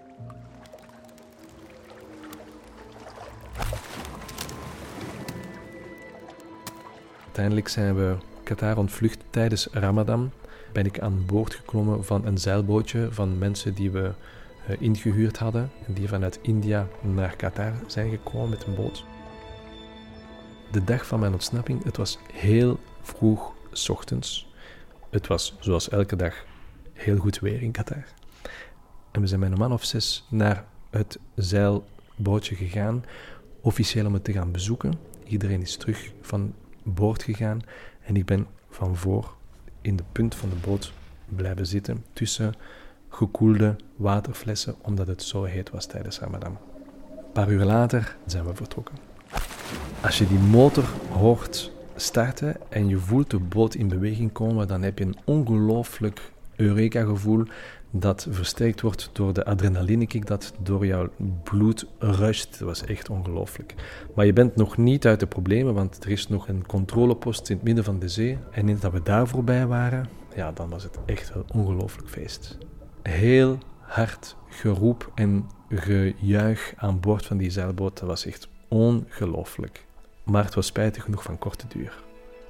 Uiteindelijk zijn we Qatar ontvlucht tijdens Ramadan. Ben ik aan boord geklommen van een zeilbootje van mensen die we uh, ingehuurd hadden. En die vanuit India naar Qatar zijn gekomen met een boot. De dag van mijn ontsnapping, het was heel vroeg 's ochtends. Het was zoals elke dag heel goed weer in Qatar. En we zijn met een man of zes naar het zeilbootje gegaan, officieel om het te gaan bezoeken. Iedereen is terug van boord gegaan en ik ben van voor in de punt van de boot blijven zitten tussen gekoelde waterflessen omdat het zo heet was tijdens Ramadan. Een paar uur later zijn we vertrokken. Als je die motor hoort starten en je voelt de boot in beweging komen, dan heb je een ongelooflijk Eureka-gevoel dat versterkt wordt door de adrenalinekick dat door jouw bloed rusht. Dat was echt ongelooflijk. Maar je bent nog niet uit de problemen, want er is nog een controlepost in het midden van de zee. En eens dat we daar voorbij waren, ja, dan was het echt een ongelooflijk feest. Heel hard geroep en gejuich aan boord van die zeilboot, dat was echt ongelooflijk. Maar het was spijtig genoeg van korte duur.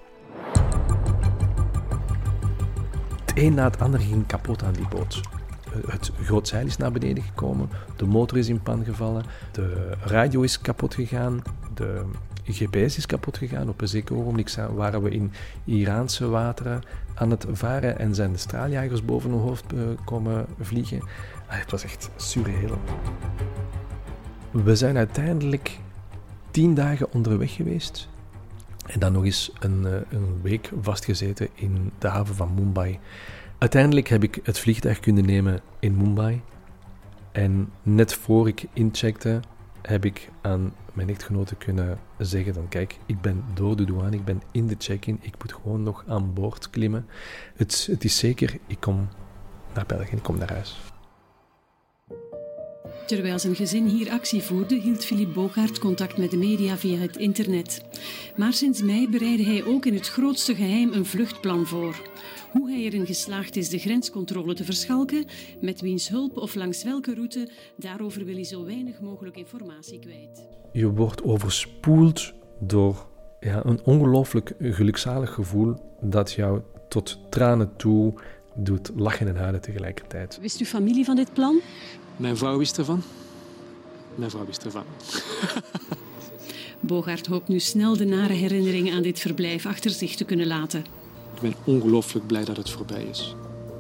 Het een na het ander ging kapot aan die boot. Het groot zeil is naar beneden gekomen, de motor is in pan gevallen, de radio is kapot gegaan, de G P S is kapot gegaan. Op een zeker ogenblik waren we in Iraanse wateren aan het varen en zijn de straaljagers boven ons hoofd komen vliegen. Het was echt surreal. We zijn uiteindelijk tien dagen onderweg geweest en dan nog eens een, een week vastgezeten in de haven van Mumbai. Uiteindelijk heb ik het vliegtuig kunnen nemen in Mumbai. En net voor ik incheckte, heb ik aan mijn echtgenote kunnen zeggen dan kijk, ik ben door de douane, ik ben in de check-in, ik moet gewoon nog aan boord klimmen. Het, het is zeker, ik kom naar België, ik kom naar huis. Terwijl zijn gezin hier actie voerde, hield Philippe Bogaert contact met de media via het internet. Maar sinds mei bereidde hij ook in het grootste geheim een vluchtplan voor. Hoe hij erin geslaagd is de grenscontrole te verschalken, met wiens hulp of langs welke route, daarover wil hij zo weinig mogelijk informatie kwijt. Je wordt overspoeld door ja, een ongelooflijk gelukzalig gevoel dat jou tot tranen toe doet lachen en huilen tegelijkertijd. Wist uw familie van dit plan? Mijn vrouw wist ervan. Mijn vrouw wist ervan. Bogaert hoopt nu snel de nare herinneringen aan dit verblijf achter zich te kunnen laten. Ik ben ongelooflijk blij dat het voorbij is.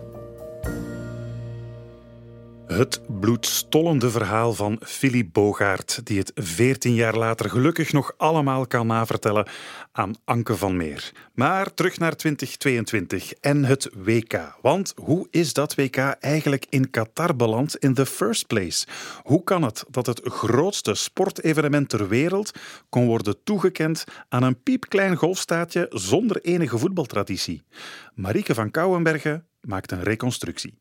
Het bloedstollende verhaal van Philippe Bogaert, die het veertien jaar later gelukkig nog allemaal kan navertellen aan Anke van Meer. Maar terug naar twintig tweeëntwintig en het W K. Want hoe is dat W K eigenlijk in Qatar beland in the first place? Hoe kan het dat het grootste sportevenement ter wereld kon worden toegekend aan een piepklein golfstaatje zonder enige voetbaltraditie? Marieke van Kouwenbergen maakt een reconstructie.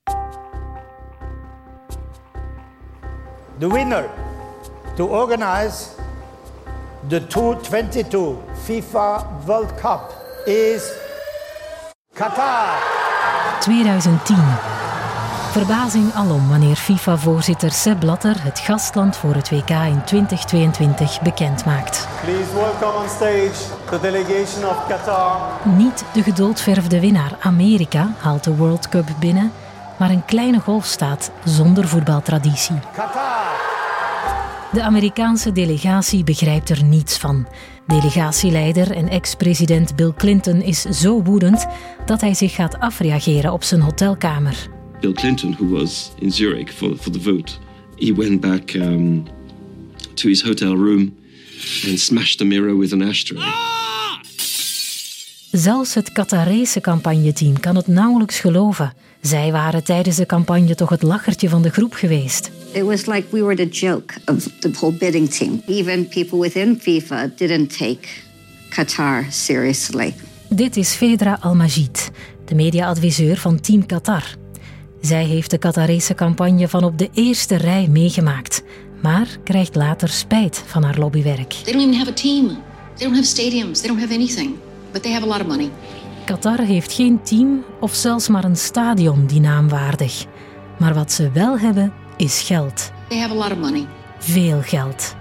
The winner to organize the twenty twenty-two FIFA World Cup is Qatar. twintig tien. Verbazing alom wanneer FIFA-voorzitter Sepp Blatter het gastland voor het W K in twintig tweeëntwintig bekendmaakt. Please welcome on stage the delegation of Qatar. Niet de gedoodverfde winnaar Amerika haalt de World Cup binnen, maar een kleine golfstaat zonder voetbaltraditie. De Amerikaanse delegatie begrijpt er niets van. Delegatieleider en ex-president Bill Clinton is zo woedend dat hij zich gaat afreageren op zijn hotelkamer. Bill Clinton, who was in Zurich for, for the vote, he went back um, to his hotel room and smashed the mirror with an ashtray. Zelfs het Qatarese campagneteam kan het nauwelijks geloven. Zij waren tijdens de campagne toch het lachertje van de groep geweest. It was like we were the joke of the whole bidding team. Even people within FIFA didn't take Qatar seriously. Dit is Fedra Al-Majid, de media-adviseur van Team Qatar. Zij heeft de Qatarese campagne van op de eerste rij meegemaakt, maar krijgt later spijt van haar lobbywerk. They don't even have a team. They don't have stadiums. They don't have anything. But they have a lot of money. Qatar heeft geen team of zelfs maar een stadion die naamwaardig. Maar wat ze wel hebben, is geld. They have a lot of money. Veel geld.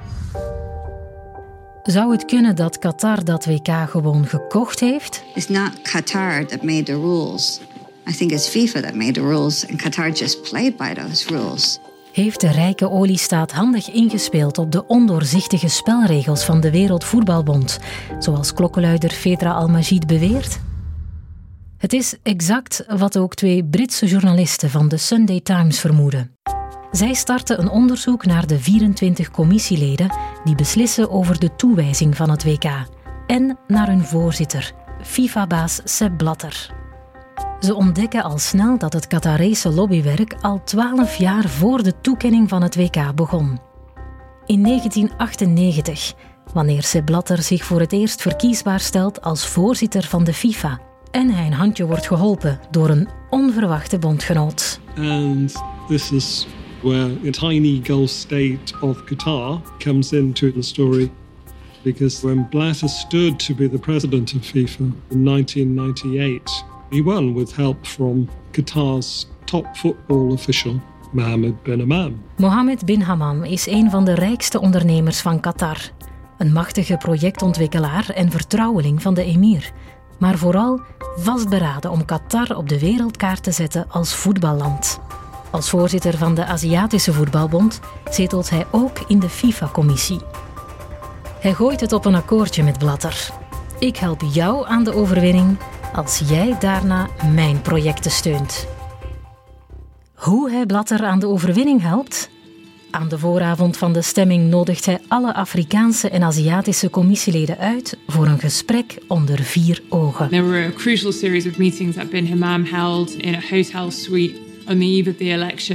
Zou het kunnen dat Qatar dat W K gewoon gekocht heeft? It's not Qatar that made the rules. I think it's FIFA that made the rules and Qatar just played by those rules. Heeft de rijke oliestaat handig ingespeeld op de ondoorzichtige spelregels van de Wereldvoetbalbond, zoals klokkenluider Fedra Al-Majid beweert? Het is exact wat ook twee Britse journalisten van de Sunday Times vermoeden. Zij starten een onderzoek naar de vierentwintig commissieleden die beslissen over de toewijzing van het W K en naar hun voorzitter, FIFA-baas Sepp Blatter. Ze ontdekken al snel dat het Qatarese lobbywerk al twaalf jaar voor de toekenning van het W K begon. In negentien achtennegentig, wanneer Sepp Blatter zich voor het eerst verkiesbaar stelt als voorzitter van de FIFA en hij een handje wordt geholpen door een onverwachte bondgenoot. And this is where the tiny Gulf state of Qatar comes into the story. Because when Blatter stood to be the president of FIFA in nineteen ninety-eight, he won with help from Qatar's top football official, Mohammed bin Hammam. Mohammed bin Hammam is een van de rijkste ondernemers van Qatar. Een machtige projectontwikkelaar en vertrouweling van de emir. Maar vooral vastberaden om Qatar op de wereldkaart te zetten als voetballand. Als voorzitter van de Aziatische Voetbalbond zetelt hij ook in de FIFA-commissie. Hij gooit het op een akkoordje met Blatter. Ik help jou aan de overwinning als jij daarna mijn projecten steunt. Hoe hij Blatter aan de overwinning helpt? Aan de vooravond van de stemming nodigt hij alle Afrikaanse en Aziatische commissieleden uit voor een gesprek onder vier ogen. There were a crucial series of meetings that bin Hammam held in a hotel suite on the eve of the election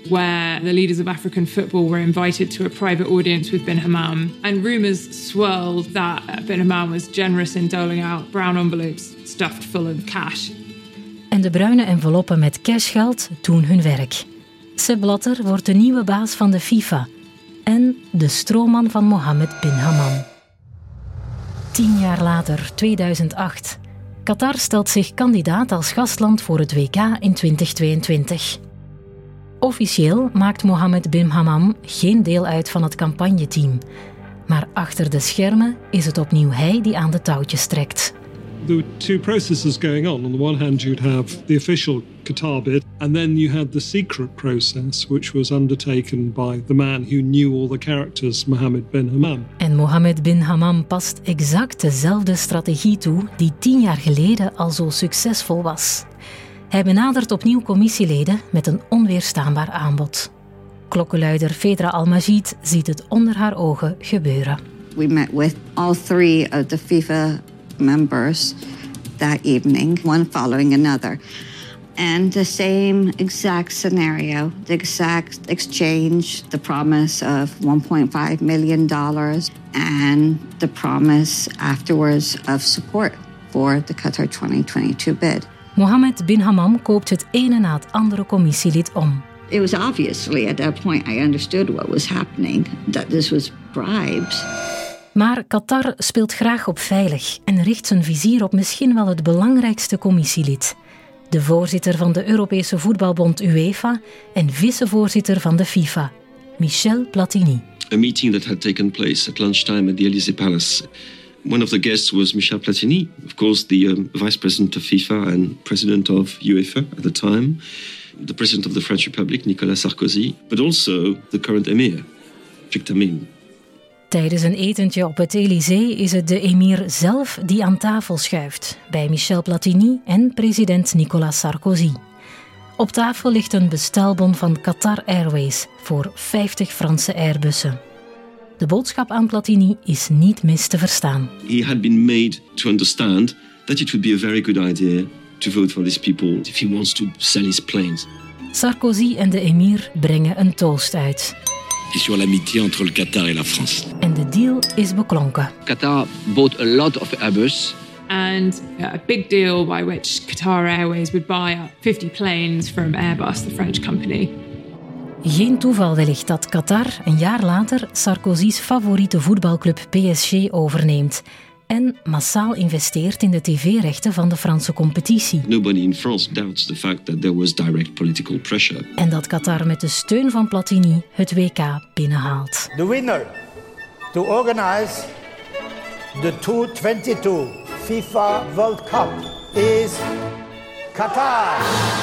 where the leaders of African football were invited to a private audience with Bin Hammam. And rumours swirled that Bin Hammam was generous in doling out brown envelopes stuffed full of cash. En de bruine enveloppen met cashgeld doen hun werk. Sepp Blatter wordt de nieuwe baas van de FIFA en de stroomman van Mohammed bin Hammam. Tien jaar later, tweeduizend acht. Qatar stelt zich kandidaat als gastland voor het W K in twintig tweeëntwintig. Officieel maakt Mohammed bin Hammam geen deel uit van het campagneteam. Maar achter de schermen is het opnieuw hij die aan de touwtjes trekt. There were two processes going on. On the one hand, you'd have the official Qatar bid, and then you had the secret process, which was undertaken by the man who knew all the characters, Mohammed bin Hammam. En Mohammed bin Hammam past exact dezelfde strategie toe die tien jaar geleden al zo succesvol was. Hij benadert opnieuw commissieleden met een onweerstaanbaar aanbod. Klokkenluider Fedra Al-Majid ziet het onder haar ogen gebeuren. We met with all three of the FIFA members that evening, one following another. And the same exact scenario, the exact exchange, the promise of one point five million dollars and the promise afterwards of support for the Qatar twenty twenty-two bid. Mohammed bin Hammam koopt het ene na het andere commissielid om. It was obviously at that point I understood what was happening, that this was bribes. Maar Qatar speelt graag op veilig en richt zijn vizier op misschien wel het belangrijkste commissielid. De voorzitter van de Europese voetbalbond UEFA en vicevoorzitter van de FIFA, Michel Platini. A meeting that had taken place at lunchtime at the Élysée Palace. One of the guests was Michel Platini, of course the um, vice president of FIFA and president of UEFA at the time, the president of the French Republic, Nicolas Sarkozy, but also the current emir, Sheikh Tamim. Tijdens een etentje op het Élysée is het de emir zelf die aan tafel schuift, bij Michel Platini en president Nicolas Sarkozy. Op tafel ligt een bestelbon van Qatar Airways voor vijftig Franse Airbussen. De boodschap aan Platini is niet mis te verstaan. He had been made to understand that it would be a very good idea to vote for these people if he wants to sell his planes. Sarkozy en de emir brengen een toast uit. Et sur l'amitié entre le Qatar et la France. En de deal is beklonken. Qatar bought a lot of Airbus. And a big deal by which Qatar Airways would buy up fifty planes from Airbus, the French company. Geen toeval wellicht dat Qatar een jaar later Sarkozy's favoriete voetbalclub P S G overneemt en massaal investeert in de tv-rechten van de Franse competitie. Nobody in France doubts the fact that there was direct political pressure. En dat Qatar met de steun van Platini het W K binnenhaalt. The winner to organize the twenty twenty-two FIFA World Cup is Qatar.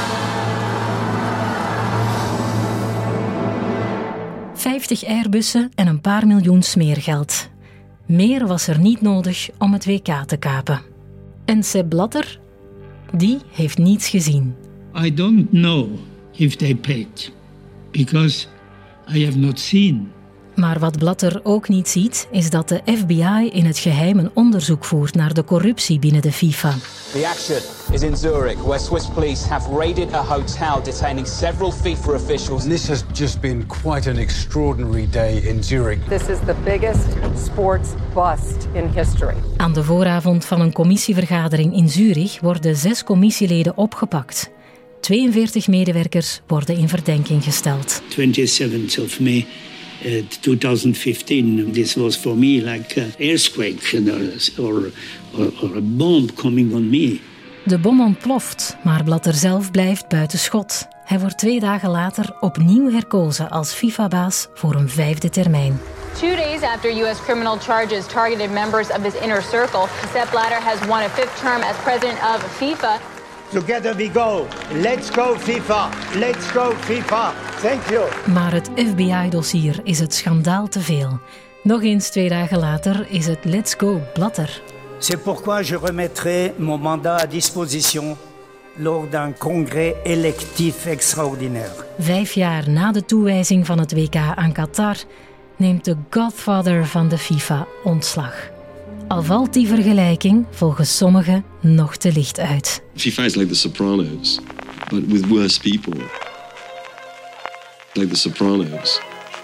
vijftig Airbussen en een paar miljoen smeergeld. Meer was er niet nodig om het W K te kapen. En Sepp Blatter, die heeft niets gezien. I don't know if they paid, because I have not seen. Maar wat Blatter ook niet ziet, is dat de F B I in het geheim een onderzoek voert naar de corruptie binnen de FIFA. The action is in Zurich, where Swiss police have raided a hotel detaining several FIFA officials. This has just been quite an extraordinary day in Zurich. This is the biggest sports bust in history. Aan de vooravond van een commissievergadering in Zurich worden zes commissieleden opgepakt. tweeënveertig medewerkers worden in verdenking gesteld. twenty-seventh of May. Uh, twenty fifteen, this was for me like an earthquake or, or, or a bomb coming on me. De bom ontploft, maar Blatter zelf blijft buiten schot. Hij wordt twee dagen later opnieuw herkozen als FIFA-baas voor een vijfde termijn. Two days after U S criminal charges targeted members of his inner circle, Sepp Blatter has won a fifth term as president of FIFA. Together we go. Let's go FIFA. Let's go FIFA. Thank you. Maar het F B I-dossier is het schandaal te veel. Nog eens twee dagen later is het Let's go Blatter. C'est pourquoi je remettrai mon mandat à disposition lors d'un congrès électif extraordinaire. Vijf jaar na de toewijzing van het W K aan Qatar neemt de godfather van de FIFA ontslag. Al valt die vergelijking volgens sommigen nog te licht uit. FIFA is like the Sopranos, but with worse people. like The Sopranos,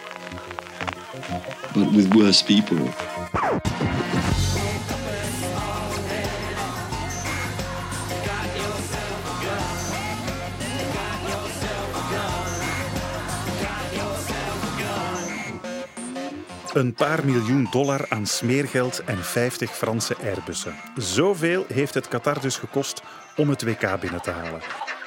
but with worse people. Een paar miljoen dollar aan smeergeld en vijftig Franse Airbussen. Zoveel heeft het Qatar dus gekost om het W K binnen te halen.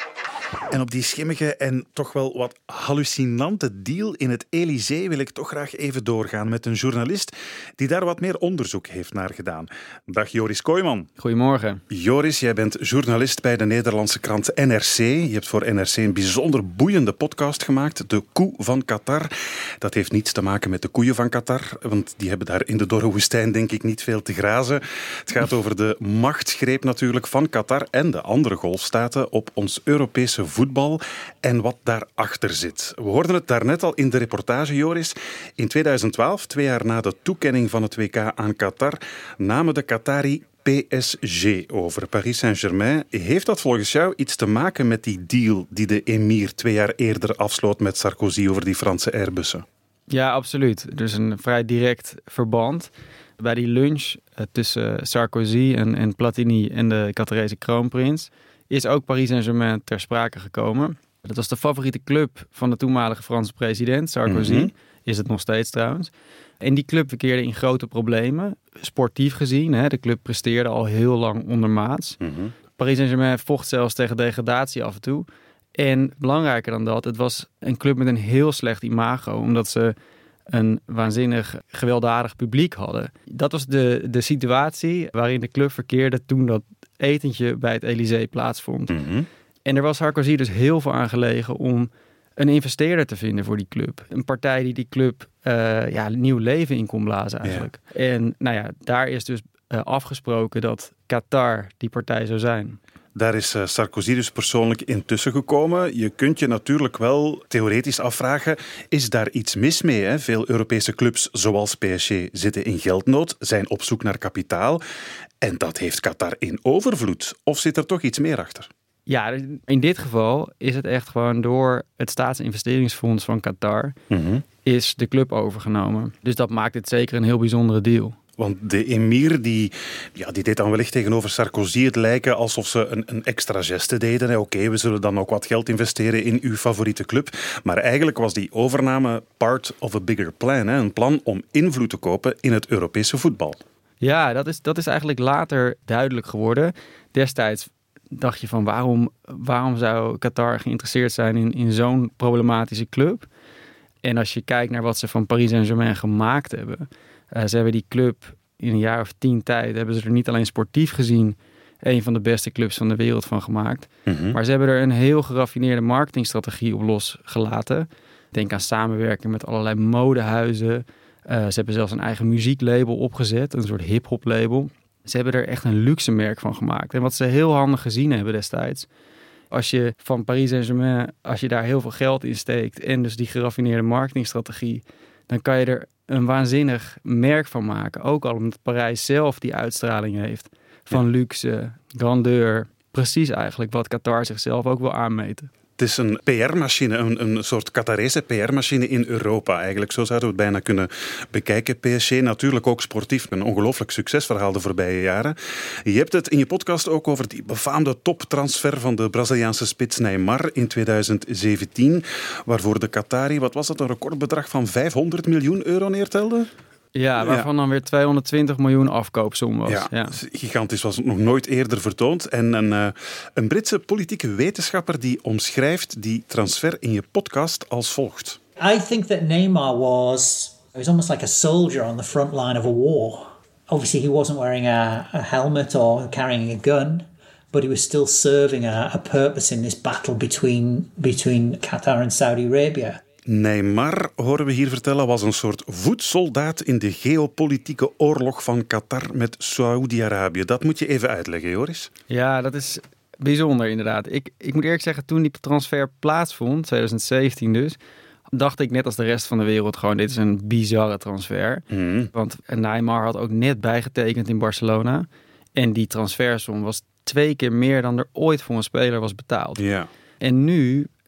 En op die schimmige en toch wel wat hallucinante deal in het Elysée wil ik toch graag even doorgaan met een journalist die daar wat meer onderzoek heeft naar gedaan. Dag Joris Kooijman. Goedemorgen. Joris, jij bent journalist bij de Nederlandse krant N R C. Je hebt voor N R C een bijzonder boeiende podcast gemaakt, De Koe van Qatar. Dat heeft niets te maken met de koeien van Qatar, want die hebben daar in de dorre woestijn denk ik niet veel te grazen. Het gaat over de machtsgreep natuurlijk van Qatar en de andere golfstaten op ons Europese voetbal en wat daarachter zit. We hoorden het daarnet al in de reportage, Joris. In tweeduizend twaalf, twee jaar na de toekenning van het W K aan Qatar, namen de Qatari P S G over. Paris Saint-Germain. Heeft dat volgens jou iets te maken met die deal die de emir twee jaar eerder afsloot met Sarkozy over die Franse Airbussen? Ja, absoluut. Er is een vrij direct verband. Bij die lunch tussen Sarkozy en, en Platini en de Qatarese kroonprins is ook Paris Saint-Germain ter sprake gekomen. Dat was de favoriete club van de toenmalige Franse president, Sarkozy. Mm-hmm. Is het nog steeds trouwens. En die club verkeerde in grote problemen. Sportief gezien, hè, de club presteerde al heel lang ondermaats. Mm-hmm. Paris Saint-Germain vocht zelfs tegen degradatie af en toe. En belangrijker dan dat, het was een club met een heel slecht imago, omdat ze een waanzinnig gewelddadig publiek hadden. Dat was de, de situatie waarin de club verkeerde toen dat etentje bij het Elysée plaatsvond. Mm-hmm. En er was Sarkozy dus heel veel aan gelegen om een investeerder te vinden voor die club. Een partij die die club uh, ja, nieuw leven in kon blazen eigenlijk. Ja. En nou ja, daar is dus uh, afgesproken dat Qatar die partij zou zijn. Daar is uh, Sarkozy dus persoonlijk intussen gekomen. Je kunt je natuurlijk wel theoretisch afvragen, is daar iets mis mee? Hè? Veel Europese clubs, zoals P S G, zitten in geldnood, zijn op zoek naar kapitaal. En dat heeft Qatar in overvloed. Of zit er toch iets meer achter? Ja, in dit geval is het echt gewoon door het Staatsinvesteringsfonds van Qatar mm-hmm. is de club overgenomen. Dus dat maakt het zeker een heel bijzondere deal. Want de emir die, ja, die deed dan wellicht tegenover Sarkozy het lijken alsof ze een, een extra geste deden. Oké, okay, we zullen dan ook wat geld investeren in uw favoriete club. Maar eigenlijk was die overname part of a bigger plan. Hè? Een plan om invloed te kopen in het Europese voetbal. Ja, dat is, dat is eigenlijk later duidelijk geworden. Destijds dacht je van waarom, waarom zou Qatar geïnteresseerd zijn in, in zo'n problematische club? En als je kijkt naar wat ze van Paris Saint-Germain gemaakt hebben. Uh, ze hebben die club in een jaar of tien tijd, hebben ze er niet alleen sportief gezien een van de beste clubs van de wereld van gemaakt. Mm-hmm. Maar ze hebben er een heel geraffineerde marketingstrategie op losgelaten. Denk aan samenwerking met allerlei modehuizen. Uh, ze hebben zelfs een eigen muzieklabel opgezet, een soort hip-hop label. Ze hebben er echt een luxe merk van gemaakt. En wat ze heel handig gezien hebben destijds, als je van Paris Saint-Germain, als je daar heel veel geld in steekt en dus die geraffineerde marketingstrategie, dan kan je er een waanzinnig merk van maken. Ook al omdat Parijs zelf die uitstraling heeft van ja. luxe, grandeur. Precies eigenlijk wat Qatar zichzelf ook wil aanmeten. Het is een P R-machine, een, een soort Qatarese P R-machine in Europa. Eigenlijk, zo zouden we het bijna kunnen bekijken. P S G natuurlijk ook sportief. Een ongelooflijk succesverhaal de voorbije jaren. Je hebt het in je podcast ook over die befaamde toptransfer van de Braziliaanse spits Neymar in tweeduizend zeventien. Waarvoor de Qatari, wat was dat, een recordbedrag van vijfhonderd miljoen euro neertelde? Ja, waarvan ja. dan weer tweehonderdtwintig miljoen afkoopsom was. Ja, ja. Gigantisch, was het nog nooit eerder vertoond. En een, uh, een Britse politieke wetenschapper die omschrijft die transfer in je podcast als volgt. I think that Neymar was, he was almost like a soldier on the front line of a war. Obviously he wasn't wearing a, a helmet or carrying a gun, but he was still serving a, a purpose in this battle between, between Qatar and Saudi Arabia. Neymar, horen we hier vertellen, was een soort voetsoldaat in de geopolitieke oorlog van Qatar met Saoedi-Arabië. Dat moet je even uitleggen, Joris. Ja, dat is bijzonder inderdaad. Ik, ik moet eerlijk zeggen, toen die transfer plaatsvond, tweeduizend zeventien dus, dacht ik net als de rest van de wereld gewoon, dit is een bizarre transfer. Mm. Want Neymar had ook net bijgetekend in Barcelona. En die transfersom was twee keer meer dan er ooit voor een speler was betaald. Ja. En nu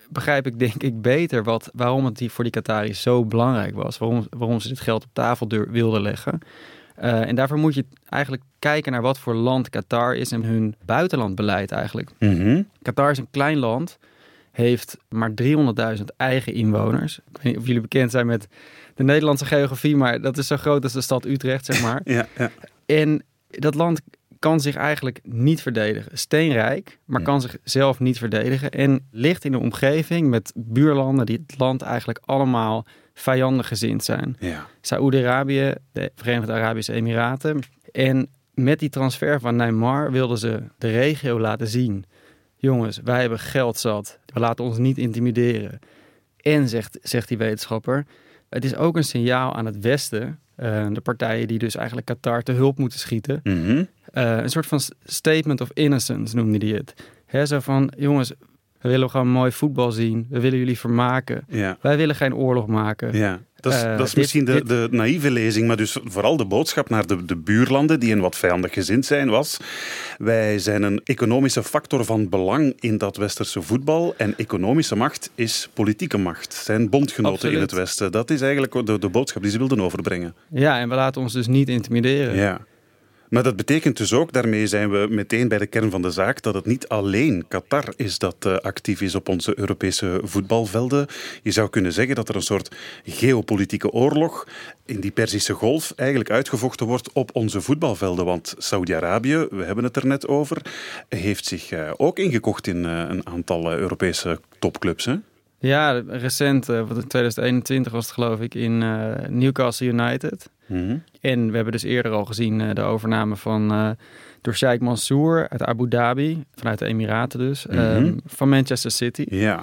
begrijp ik denk ik beter wat, waarom het die, voor die Qataris zo belangrijk was. Waarom, waarom ze dit geld op tafel deur, wilden leggen. Uh, en daarvoor moet je eigenlijk kijken naar wat voor land Qatar is en hun buitenlandbeleid eigenlijk. Mm-hmm. Qatar is een klein land, heeft maar driehonderdduizend eigen inwoners. Ik weet niet of jullie bekend zijn met de Nederlandse geografie, maar dat is zo groot als de stad Utrecht, zeg maar. ja, ja. En dat land kan zich eigenlijk niet verdedigen. Steenrijk, maar kan zichzelf niet verdedigen. En ligt in een omgeving met buurlanden die het land eigenlijk allemaal vijandig gezind zijn. Ja. Saoedi-Arabië, de Verenigde Arabische Emiraten. En met die transfer van Neymar wilden ze de regio laten zien. Jongens, wij hebben geld zat. We laten ons niet intimideren. En, zegt, zegt die wetenschapper, het is ook een signaal aan het Westen, uh, de partijen die dus eigenlijk Qatar te hulp moeten schieten. Mm-hmm. Uh, een soort van statement of innocence noemde die het. He, zo van, jongens, we willen gewoon mooi voetbal zien. We willen jullie vermaken. Ja. Wij willen geen oorlog maken. Ja. Dat is, uh, dat is dit, misschien de, dit... de naïeve lezing, maar dus vooral de boodschap naar de, de buurlanden die een wat vijandig gezind zijn was. Wij zijn een economische factor van belang in dat westerse voetbal en economische macht is politieke macht. Zijn bondgenoten Absoluut. in het Westen. Dat is eigenlijk de, de boodschap die ze wilden overbrengen. Ja, en we laten ons dus niet intimideren. Ja. Maar dat betekent dus ook, daarmee zijn we meteen bij de kern van de zaak, dat het niet alleen Qatar is dat uh, actief is op onze Europese voetbalvelden. Je zou kunnen zeggen dat er een soort geopolitieke oorlog in die Perzische Golf eigenlijk uitgevochten wordt op onze voetbalvelden. Want Saudi-Arabië, we hebben het er net over, heeft zich uh, ook ingekocht in uh, een aantal uh, Europese topclubs, hè? Ja, recent, uh, in twintig eenentwintig was het geloof ik, in uh, Newcastle United. Mm-hmm. En we hebben dus eerder al gezien uh, de overname van uh, door Sheikh Mansour uit Abu Dhabi, vanuit de Emiraten dus, Mm-hmm. um, van Manchester City. Ja.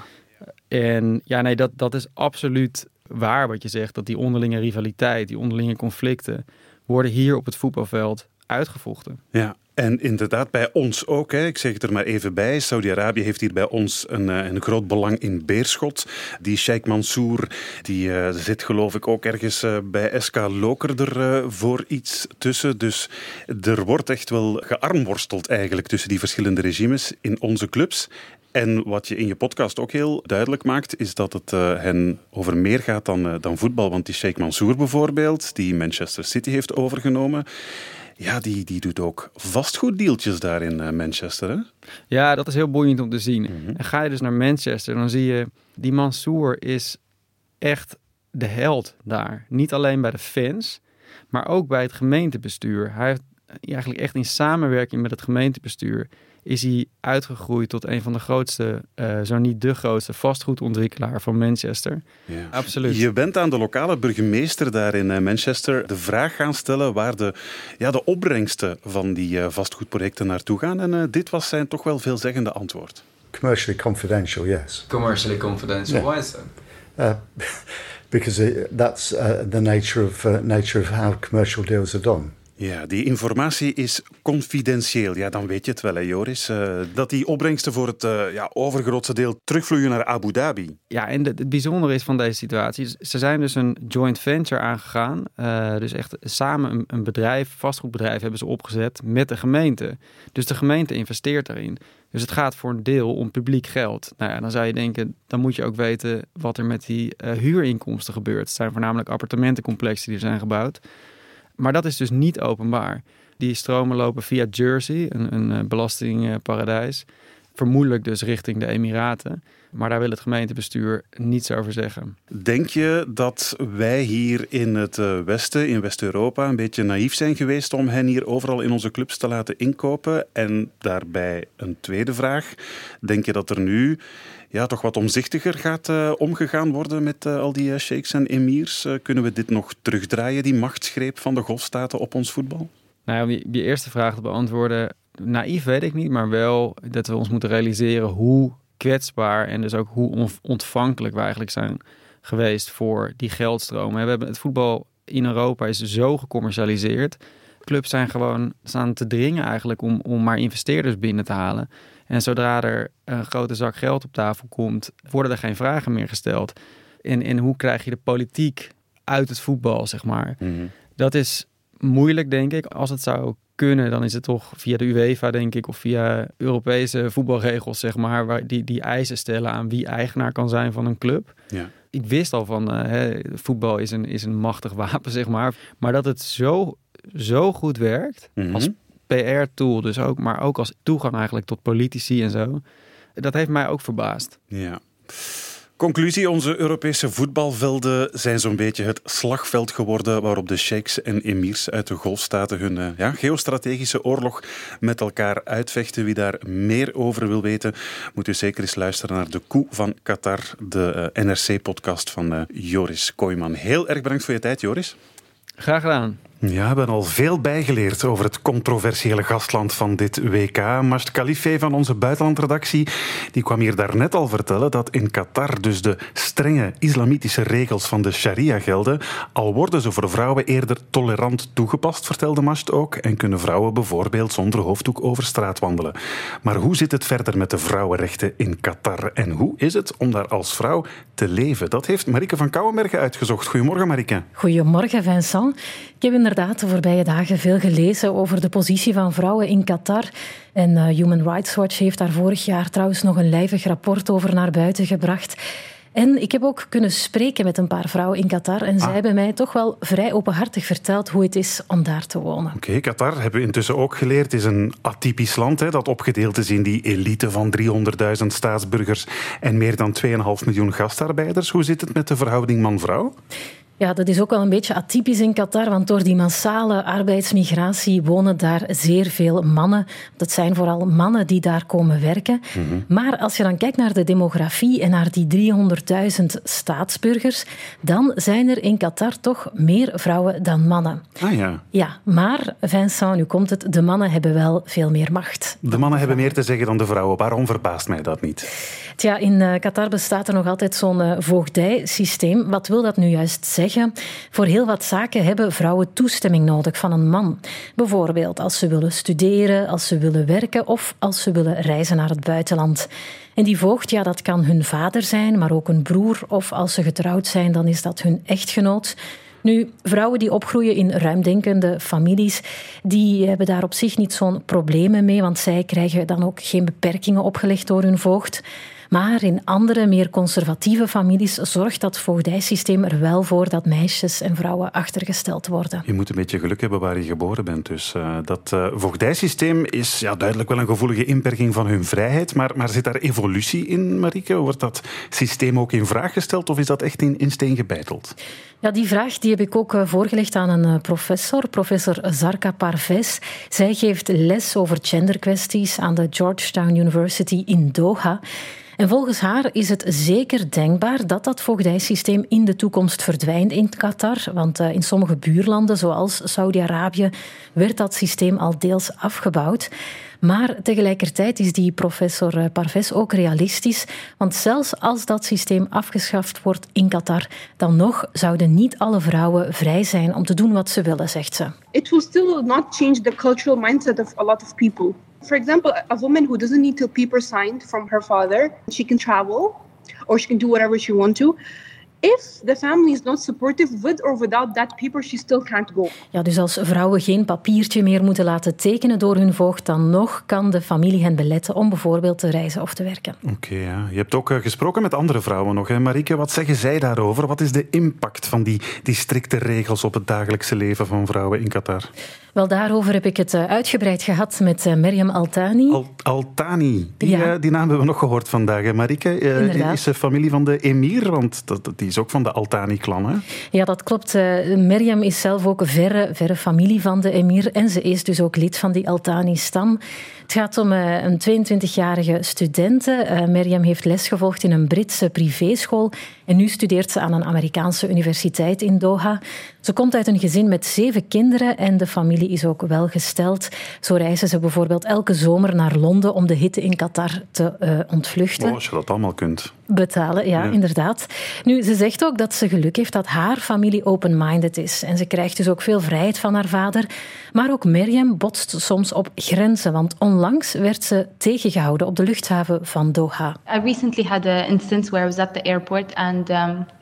En ja, nee, dat, dat is absoluut waar wat je zegt, dat die onderlinge rivaliteit, die onderlinge conflicten, worden hier op het voetbalveld uitgevochten. Ja. En inderdaad, bij ons ook. Hè. Ik zeg het er maar even bij. Saudi-Arabië heeft hier bij ons een, een groot belang in Beerschot. Die Sheikh Mansour die, uh, zit geloof ik ook ergens uh, bij S K Lokerder uh, voor iets tussen. Dus er wordt echt wel gearmworsteld eigenlijk tussen die verschillende regimes in onze clubs. En wat je in je podcast ook heel duidelijk maakt, is dat het uh, hen over meer gaat dan, uh, dan voetbal. Want die Sheikh Mansour bijvoorbeeld, die Manchester City heeft overgenomen, ja, die, die doet ook vastgoeddeeltjes daar in uh, Manchester, hè? Ja, dat is heel boeiend om te zien. Mm-hmm. En ga je dus naar Manchester, dan zie je, die Mansour is echt de held daar. Niet alleen bij de fans, maar ook bij het gemeentebestuur. Hij heeft eigenlijk echt in samenwerking met het gemeentebestuur is hij uitgegroeid tot een van de grootste, uh, zo niet de grootste vastgoedontwikkelaar van Manchester. Ja. Absoluut. Je bent aan de lokale burgemeester daar in uh, Manchester de vraag gaan stellen waar de, ja, de opbrengsten van die uh, vastgoedprojecten naartoe gaan. En uh, dit was zijn toch wel veelzeggende antwoord. Commercially confidential, yes. Commercially confidential, Yeah. why is that? Uh, because it, that's uh, the nature of, uh, nature of how commercial deals are done. Ja, die informatie is confidentieel. Ja, dan weet je het wel, hè, Joris. Uh, dat die opbrengsten voor het uh, ja, overgrootste deel terugvloeien naar Abu Dhabi. Ja, en de, het bijzondere is van deze situatie, ze zijn dus een joint venture aangegaan. Uh, dus echt samen een, een bedrijf, vastgoedbedrijf hebben ze opgezet met de gemeente. Dus de gemeente investeert daarin. Dus het gaat voor een deel om publiek geld. Nou ja, dan zou je denken, dan moet je ook weten wat er met die uh, huurinkomsten gebeurt. Het zijn voornamelijk appartementencomplexen die er zijn gebouwd. Maar dat is dus niet openbaar. Die stromen lopen via Jersey, een, een belastingparadijs. Vermoedelijk dus richting de Emiraten. Maar daar wil het gemeentebestuur niets over zeggen. Denk je dat wij hier in het Westen, in West-Europa, een beetje naïef zijn geweest om hen hier overal in onze clubs te laten inkopen? En daarbij een tweede vraag. Denk je dat er nu ja, toch wat omzichtiger gaat uh, omgegaan worden met uh, al die uh, sheiks en emirs? Uh, kunnen we dit nog terugdraaien, die machtsgreep van de golfstaten op ons voetbal? Nou, om je, je eerste vraag te beantwoorden, naïef weet ik niet, maar wel dat we ons moeten realiseren hoe kwetsbaar en dus ook hoe ontvankelijk we eigenlijk zijn geweest voor die geldstromen. We hebben het voetbal in Europa is zo gecommercialiseerd. Clubs zijn gewoon staan te dringen eigenlijk om, om maar investeerders binnen te halen. En zodra er een grote zak geld op tafel komt, worden er geen vragen meer gesteld. En, en hoe krijg je de politiek uit het voetbal, zeg maar? Mm-hmm. Dat is moeilijk, denk ik. Als het zou kunnen, dan is het toch via de UEFA, denk ik, of via Europese voetbalregels, zeg maar, waar die, die eisen stellen aan wie eigenaar kan zijn van een club. Ja. Ik wist al van, uh, hè, voetbal is een, is een machtig wapen, zeg maar. Maar dat het zo, zo goed werkt, mm-hmm. als P R-tool dus ook, maar ook als toegang eigenlijk tot politici en zo. Dat heeft mij ook verbaasd. Ja. Conclusie, onze Europese voetbalvelden zijn zo'n beetje het slagveld geworden waarop de sheiks en emirs uit de golfstaten hun uh, ja, geostrategische oorlog met elkaar uitvechten. Wie daar meer over wil weten, moet u zeker eens luisteren naar de Coup van Qatar, de uh, N R C-podcast van uh, Joris Kooijman. Heel erg bedankt voor je tijd, Joris. Graag gedaan. Ja, we hebben al veel bijgeleerd over het controversiële gastland van dit W K. Majd Khalife van onze buitenlandredactie die kwam hier daarnet al vertellen dat in Qatar dus de strenge islamitische regels van de sharia gelden. Al worden ze voor vrouwen eerder tolerant toegepast, vertelde Majd ook, en kunnen vrouwen bijvoorbeeld zonder hoofddoek over straat wandelen. Maar hoe zit het verder met de vrouwenrechten in Qatar? En hoe is het om daar als vrouw te leven? Dat heeft Marieke van Kouwenbergen uitgezocht. Goedemorgen, Marieke. Goedemorgen, Vincent. Ik heb inderdaad de voorbije dagen veel gelezen over de positie van vrouwen in Qatar. En uh, Human Rights Watch heeft daar vorig jaar trouwens nog een lijvig rapport over naar buiten gebracht. En ik heb ook kunnen spreken met een paar vrouwen in Qatar. En zij ah. hebben mij toch wel vrij openhartig verteld hoe het is om daar te wonen. Oké, okay, Qatar, hebben we intussen ook geleerd, is een atypisch land, hè, dat opgedeeld is in die elite van driehonderdduizend staatsburgers en meer dan twee komma vijf miljoen gastarbeiders. Hoe zit het met de verhouding man-vrouw? Ja, dat is ook wel een beetje atypisch in Qatar, want door die massale arbeidsmigratie wonen daar zeer veel mannen. Dat zijn vooral mannen die daar komen werken. Mm-hmm. Maar als je dan kijkt naar de demografie en naar die driehonderdduizend staatsburgers, dan zijn er in Qatar toch meer vrouwen dan mannen. Ah ja. Ja, maar Vincent, nu komt het, de mannen hebben wel veel meer macht. De mannen hebben meer te zeggen dan de vrouwen. Waarom verbaast mij dat niet? Tja, in uh, Qatar bestaat er nog altijd zo'n uh, voogdijsysteem. Wat wil dat nu juist zeggen? Voor heel wat zaken hebben vrouwen toestemming nodig van een man. Bijvoorbeeld als ze willen studeren, als ze willen werken of als ze willen reizen naar het buitenland. En die voogd, ja, dat kan hun vader zijn, maar ook een broer. Of als ze getrouwd zijn, dan is dat hun echtgenoot. Nu, vrouwen die opgroeien in ruimdenkende families, die hebben daar op zich niet zo'n problemen mee, want zij krijgen dan ook geen beperkingen opgelegd door hun voogd. Maar in andere, meer conservatieve families zorgt dat voogdijsysteem er wel voor dat meisjes en vrouwen achtergesteld worden. Je moet een beetje geluk hebben waar je geboren bent. Dus uh, dat uh, voogdijsysteem is ja, duidelijk wel een gevoelige inperking van hun vrijheid. Maar, maar zit daar evolutie in, Marieke? Wordt dat systeem ook in vraag gesteld of is dat echt in, in steen gebeiteld? Ja, die vraag die heb ik ook voorgelegd aan een professor, professor Zarqa Parvez. Zij geeft les over genderkwesties aan de Georgetown University in Doha. En volgens haar is het zeker denkbaar dat dat voogdijsysteem in de toekomst verdwijnt in Qatar. Want in sommige buurlanden, zoals Saudi-Arabië, werd dat systeem al deels afgebouwd. Maar tegelijkertijd is die professor Parvez ook realistisch. Want zelfs als dat systeem afgeschaft wordt in Qatar, dan nog zouden niet alle vrouwen vrij zijn om te doen wat ze willen, zegt ze. It will still not change the cultural mindset of a lot of people. For example, a woman who doesn't need to paper signed from her father, she can travel or she can do whatever she wants to. If the family is not supportive, with or without that paper, she still can't go. Ja, dus als vrouwen geen papiertje meer moeten laten tekenen door hun voogd, dan nog kan de familie hen beletten om bijvoorbeeld te reizen of te werken. Oké, okay, ja. Je hebt ook uh, gesproken met andere vrouwen nog, hè, Marieke. Wat zeggen zij daarover? Wat is de impact van die, die strikte regels op het dagelijkse leven van vrouwen in Qatar? Wel, daarover heb ik het uh, uitgebreid gehad met uh, Meriam Altani. Al- Altani, die, ja. uh, die naam hebben we nog gehoord vandaag, hè, Marieke. Uh, is ze familie van de emir? Want dat, die is ook van de Altani-klan, hè? Ja, dat klopt. Uh, Meriam is zelf ook een verre, verre familie van de emir en ze is dus ook lid van die Altani-stam. Het gaat om uh, een tweeëntwintigjarige studente. Uh, Meriam heeft les gevolgd in een Britse privéschool en nu studeert ze aan een Amerikaanse universiteit in Doha. Ze komt uit een gezin met zeven kinderen en de familie is ook welgesteld. Zo reizen ze bijvoorbeeld elke zomer naar Londen om de hitte in Qatar te uh, ontvluchten. Oh, als je dat allemaal kunt. Betalen, ja, ja, inderdaad. Nu, ze zegt ook dat ze geluk heeft dat haar familie open-minded is. En ze krijgt dus ook veel vrijheid van haar vader. Maar ook Meriam botst soms op grenzen, want onlangs werd ze tegengehouden op de luchthaven van Doha. I recently had an instance where I was at the airport and um,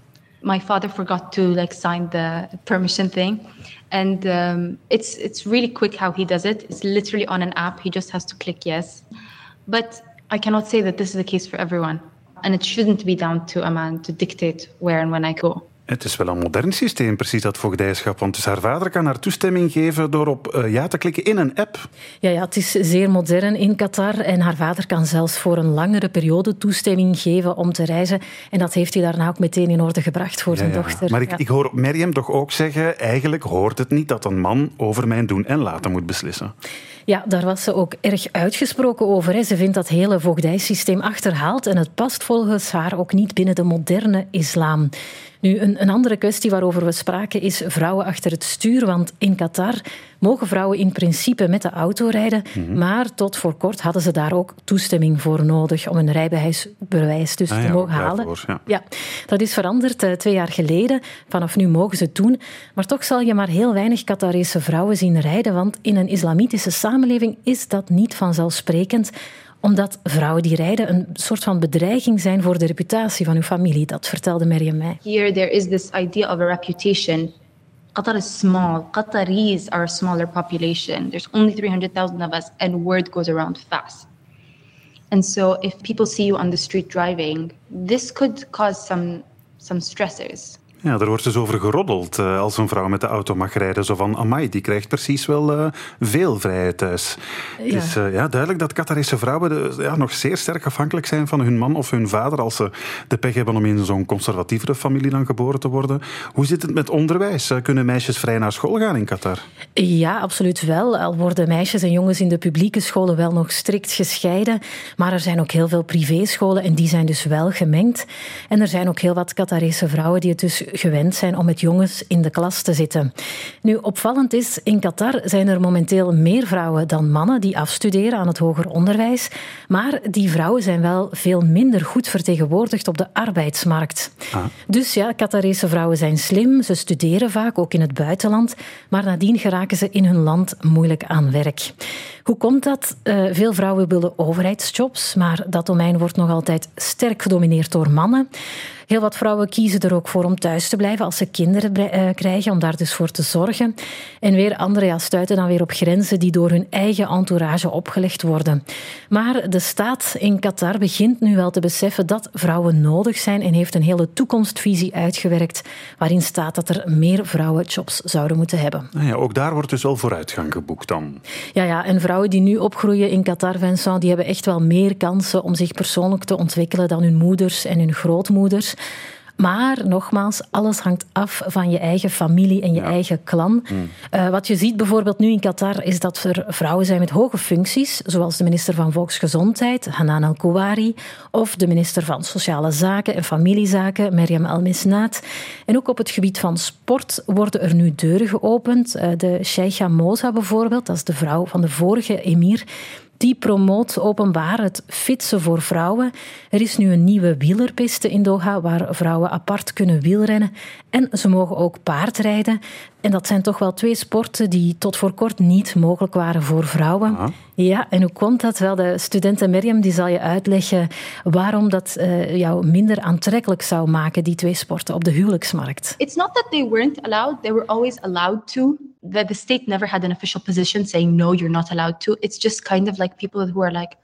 My father forgot to like sign the permission thing. And um, it's it's really quick how he does it. It's literally on an app. He just has to click yes. But I cannot say that this is the case for everyone. And it shouldn't be down to a man to dictate where and when I go. Het is wel een modern systeem, precies dat voogdijschap. Want dus haar vader kan haar toestemming geven door op uh, ja te klikken in een app. Ja, ja, het is zeer modern in Qatar. En haar vader kan zelfs voor een langere periode toestemming geven om te reizen. En dat heeft hij daarna ook meteen in orde gebracht voor zijn ja, ja. dochter. Maar ik, ja. ik hoor Meriem toch ook zeggen, eigenlijk hoort het niet dat een man over mijn doen en laten moet beslissen. Ja, daar was ze ook erg uitgesproken over. Hè. Ze vindt dat hele voogdijsysteem achterhaald en het past volgens haar ook niet binnen de moderne islam. Nu, een, een andere kwestie waarover we spraken is vrouwen achter het stuur. Want in Qatar mogen vrouwen in principe met de auto rijden. Mm-hmm. Maar tot voor kort hadden ze daar ook toestemming voor nodig om een rijbewijs dus ah, te ja, mogen halen. Voor, ja. Ja, dat is veranderd uh, twee jaar geleden. Vanaf nu mogen ze het doen. Maar toch zal je maar heel weinig Qatarese vrouwen zien rijden. Want in een islamitische samenleving is dat niet vanzelfsprekend. Omdat vrouwen die rijden een soort van bedreiging zijn voor de reputatie van hun familie. Dat vertelde Meriem mij. Here there is this idea of a reputation. Qatar is small. Qataris are a smaller population. There's only three hundred thousand of us and word goes around fast. And so if people see you on the street driving, this could cause some, some stressors. Ja, er wordt dus over geroddeld uh, als een vrouw met de auto mag rijden. Zo van, amai, die krijgt precies wel uh, veel vrijheid thuis. Ja. Het is uh, ja, duidelijk dat Qatarese vrouwen de, ja, nog zeer sterk afhankelijk zijn van hun man of hun vader als ze de pech hebben om in zo'n conservatievere familie dan geboren te worden. Hoe zit het met onderwijs? Kunnen meisjes vrij naar school gaan in Qatar? Ja, absoluut wel. Al worden meisjes en jongens in de publieke scholen wel nog strikt gescheiden. Maar er zijn ook heel veel privéscholen en die zijn dus wel gemengd. En er zijn ook heel wat Qatarese vrouwen die het dus gewend zijn om met jongens in de klas te zitten. Nu, opvallend is, in Qatar zijn er momenteel meer vrouwen dan mannen die afstuderen aan het hoger onderwijs. Maar die vrouwen zijn wel veel minder goed vertegenwoordigd op de arbeidsmarkt. Ah. Dus ja, Qatarese vrouwen zijn slim, ze studeren vaak, ook in het buitenland, maar nadien geraken ze in hun land moeilijk aan werk. Hoe komt dat? Uh, veel vrouwen willen overheidsjobs, maar dat domein wordt nog altijd sterk gedomineerd door mannen. Heel wat vrouwen kiezen er ook voor om thuis te blijven als ze kinderen bre- uh, krijgen, om daar dus voor te zorgen. En weer anderen ja, stuiten dan weer op grenzen die door hun eigen entourage opgelegd worden. Maar de staat in Qatar begint nu wel te beseffen dat vrouwen nodig zijn en heeft een hele toekomstvisie uitgewerkt waarin staat dat er meer vrouwen jobs zouden moeten hebben. Nou ja, ook daar wordt dus wel vooruitgang geboekt dan. Ja, ja, en vrouwen die nu opgroeien in Qatar, Vincent, die hebben echt wel meer kansen om zich persoonlijk te ontwikkelen dan hun moeders en hun grootmoeders. Maar nogmaals, alles hangt af van je eigen familie en je ja. eigen clan. Mm. Uh, wat je ziet bijvoorbeeld nu in Qatar is dat er vrouwen zijn met hoge functies, zoals de minister van Volksgezondheid, Hanan Al-Kuwari, of de minister van Sociale Zaken en Familiezaken, Meriem Al-Mesnaat. En ook op het gebied van sport worden er nu deuren geopend. Uh, de Sheikha Moza bijvoorbeeld, dat is de vrouw van de vorige emir, die promoot openbaar het fietsen voor vrouwen. Er is nu een nieuwe wielerpiste in Doha waar vrouwen apart kunnen wielrennen. En ze mogen ook paardrijden. En dat zijn toch wel twee sporten die tot voor kort niet mogelijk waren voor vrouwen. Aha. Ja, en hoe komt dat? Wel, de studente Meriem die zal je uitleggen waarom dat uh, jou minder aantrekkelijk zou maken, die twee sporten op de huwelijksmarkt. It's not that they weren't allowed. They were always allowed to. That the state never had an official position saying, no, you're not allowed to. It's just kind of like people who are like,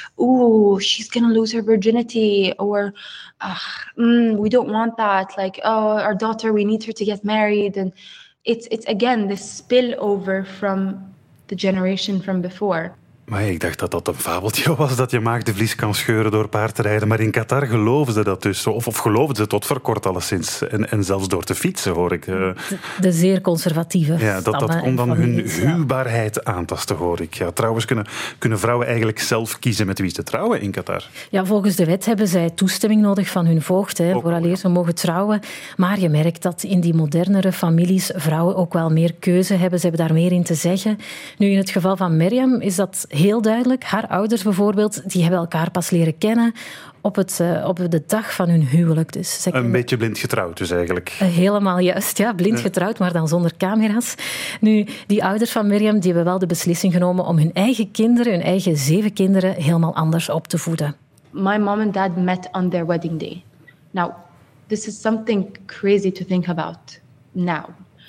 ooh, she's going to lose her virginity. Or, uh, mm, we don't want that. Like, oh, our daughter, we need her to get married. And it's, it's again, this spillover from the generation from before. Maar ik dacht dat dat een fabeltje was, dat je maagdenvlies kan scheuren door paardrijden. Maar in Qatar geloven ze dat dus. Of, of geloven ze tot voor kort alleszins. En, en zelfs door te fietsen, hoor ik. De, de zeer conservatieve Ja, dat, dat komt dan hun huwbaarheid aantasten, hoor ik. Ja, trouwens, kunnen, kunnen vrouwen eigenlijk zelf kiezen met wie ze trouwen in Qatar? Ja, volgens de wet hebben zij toestemming nodig van hun voogd, hè, vooraleer ze mogen trouwen. Maar je merkt dat in die modernere families vrouwen ook wel meer keuze hebben. Ze hebben daar meer in te zeggen. Nu, in het geval van Meriem is dat heel duidelijk. Haar ouders bijvoorbeeld, die hebben elkaar pas leren kennen op, het, uh, op de dag van hun huwelijk. Dus een kunnen... beetje blind getrouwd dus eigenlijk. Uh, helemaal juist, ja. Blind getrouwd, maar dan zonder camera's. Nu, die ouders van Meriem, die hebben wel de beslissing genomen om hun eigen kinderen, hun eigen zeven kinderen, helemaal anders op te voeden. My mom and dad met on their wedding day. Now, this is something crazy to think about now.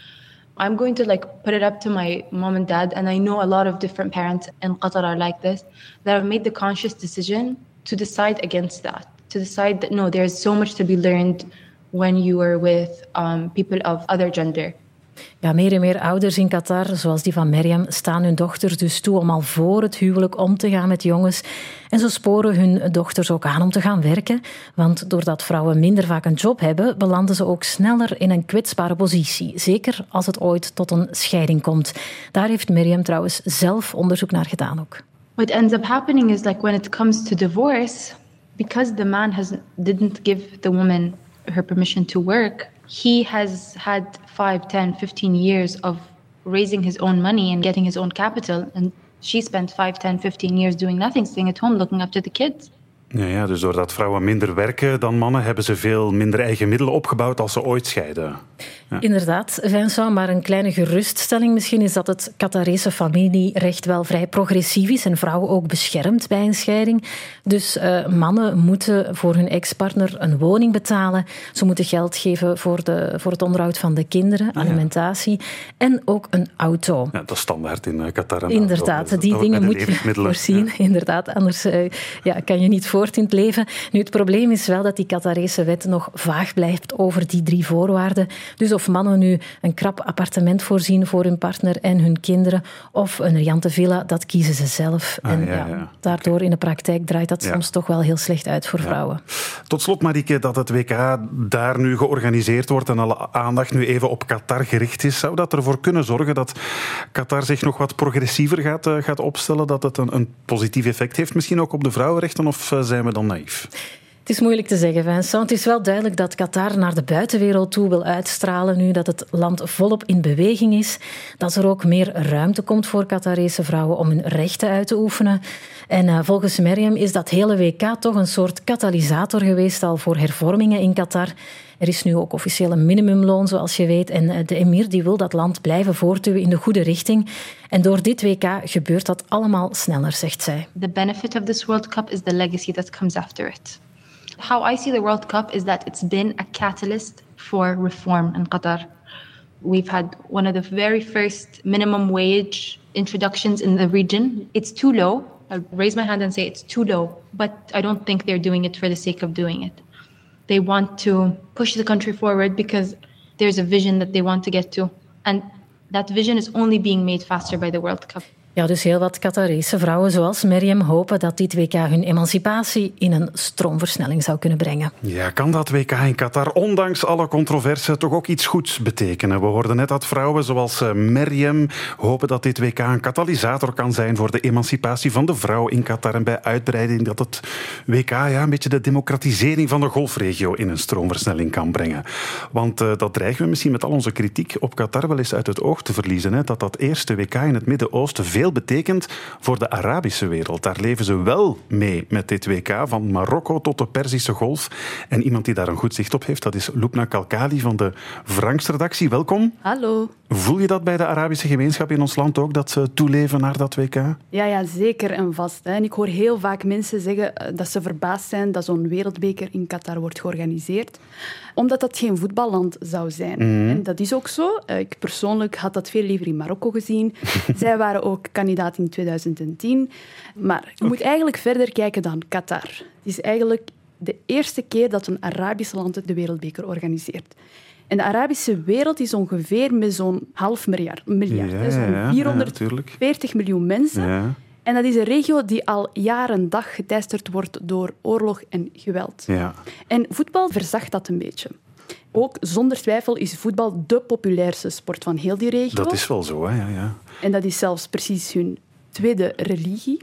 I'm going to like put it up to my mom and dad, and I know a lot of different parents in Qatar are like this, that have made the conscious decision to decide against that, to decide that no, there's so much to be learned when you are with um, people of other gender. Ja, meer en meer ouders in Qatar, zoals die van Meriam, staan hun dochters dus toe om al voor het huwelijk om te gaan met jongens. En ze sporen hun dochters ook aan om te gaan werken. Want doordat vrouwen minder vaak een job hebben, belanden ze ook sneller in een kwetsbare positie. Zeker als het ooit tot een scheiding komt. Daar heeft Meriam trouwens zelf onderzoek naar gedaan ook. What ends up happening is like when it comes to divorce, because the man has didn't give the woman her permission to work, he has had five, ten, fifteen years of raising his own money and getting his own capital. And she spent five, ten, fifteen years doing nothing, staying at home, looking after the kids. Ja, ja, dus doordat vrouwen minder werken dan mannen, hebben ze veel minder eigen middelen opgebouwd als ze ooit scheiden. Ja. Inderdaad, Vincent, maar een kleine geruststelling misschien is dat het Qatarese familierecht wel vrij progressief is en vrouwen ook beschermt bij een scheiding. Dus uh, mannen moeten voor hun ex-partner een woning betalen. Ze moeten geld geven voor, de, voor het onderhoud van de kinderen, alimentatie, ja. En ook een auto. Ja, dat is standaard in Qatar. Een inderdaad, auto. die dingen moet je voorzien. Ja. Inderdaad, anders uh, ja, kan je niet voort in het leven. Nu, het probleem is wel dat die Qatarese wet nog vaag blijft over die drie voorwaarden. Dus of mannen nu een krap appartement voorzien voor hun partner en hun kinderen, of een riante villa, dat kiezen ze zelf. Ah, en ja, ja, ja. daardoor okay. in de praktijk draait dat ja. soms toch wel heel slecht uit voor ja. vrouwen. Tot slot, Marieke, dat het W K daar nu georganiseerd wordt en alle aandacht nu even op Qatar gericht is, zou dat ervoor kunnen zorgen dat Qatar zich nog wat progressiever gaat, uh, gaat opstellen, dat het een, een positief effect heeft misschien ook op de vrouwenrechten, of uh, zijn we dan naïef? Het is moeilijk te zeggen, Vincent. Het is wel duidelijk dat Qatar naar de buitenwereld toe wil uitstralen nu dat het land volop in beweging is. Dat er ook meer ruimte komt voor Qatarese vrouwen om hun rechten uit te oefenen. En uh, volgens Meriam is dat hele W K toch een soort katalysator geweest al voor hervormingen in Qatar. Er is nu ook officieel een minimumloon, zoals je weet. En de emir die wil dat land blijven voortduwen in de goede richting. En door dit W K gebeurt dat allemaal sneller, zegt zij. The benefit of this World Cup is the legacy that comes after it. How I see the World Cup is that it's been a catalyst for reform in Qatar. We've had one of the very first minimum wage introductions in the region. It's too low. I'll raise my hand and say it's too low, but I don't think they're doing it for the sake of doing it. They want to push the country forward because there's a vision that they want to get to. And that vision is only being made faster by the World Cup. Ja, dus heel wat Qatarese vrouwen zoals Meriam hopen dat dit W K hun emancipatie in een stroomversnelling zou kunnen brengen. Ja, kan dat W K in Qatar, ondanks alle controverse, toch ook iets goeds betekenen? We hoorden net dat vrouwen zoals Meriam hopen dat dit W K een katalysator kan zijn voor de emancipatie van de vrouw in Qatar en bij uitbreiding dat het W K ja, een beetje de democratisering van de golfregio in een stroomversnelling kan brengen. Want uh, dat dreigen we misschien met al onze kritiek op Qatar wel eens uit het oog te verliezen. Hè? Dat dat eerste W K in het Midden-Oosten veel betekent voor de Arabische wereld. Daar leven ze wel mee met dit W K, van Marokko tot de Perzische Golf. En iemand die daar een goed zicht op heeft, dat is Lubna Kalkali van de Franks-redactie. Welkom. Hallo. Voel je dat bij de Arabische gemeenschap in ons land ook, dat ze toeleven naar dat W K? Ja, ja, zeker en vast. Hè. En ik hoor heel vaak mensen zeggen dat ze verbaasd zijn dat zo'n wereldbeker in Qatar wordt georganiseerd, omdat dat geen voetballand zou zijn. Mm. En dat is ook zo. Ik persoonlijk had dat veel liever in Marokko gezien. Zij waren ook kandidaat in tweeduizend tien. Maar je okay. moet eigenlijk verder kijken dan Qatar. Het is eigenlijk de eerste keer dat een Arabisch land de wereldbeker organiseert. En de Arabische wereld is ongeveer met zo'n half miljard. miljard ja, hè, zo'n ja, vierhonderdveertig ja, miljoen mensen. Ja. En dat is een regio die al jaren en dag geteisterd wordt door oorlog en geweld. Ja. En voetbal verzacht dat een beetje. Ook zonder twijfel is voetbal de populairste sport van heel die regio. Dat is wel zo, hè? Ja, ja. En dat is zelfs precies hun tweede religie.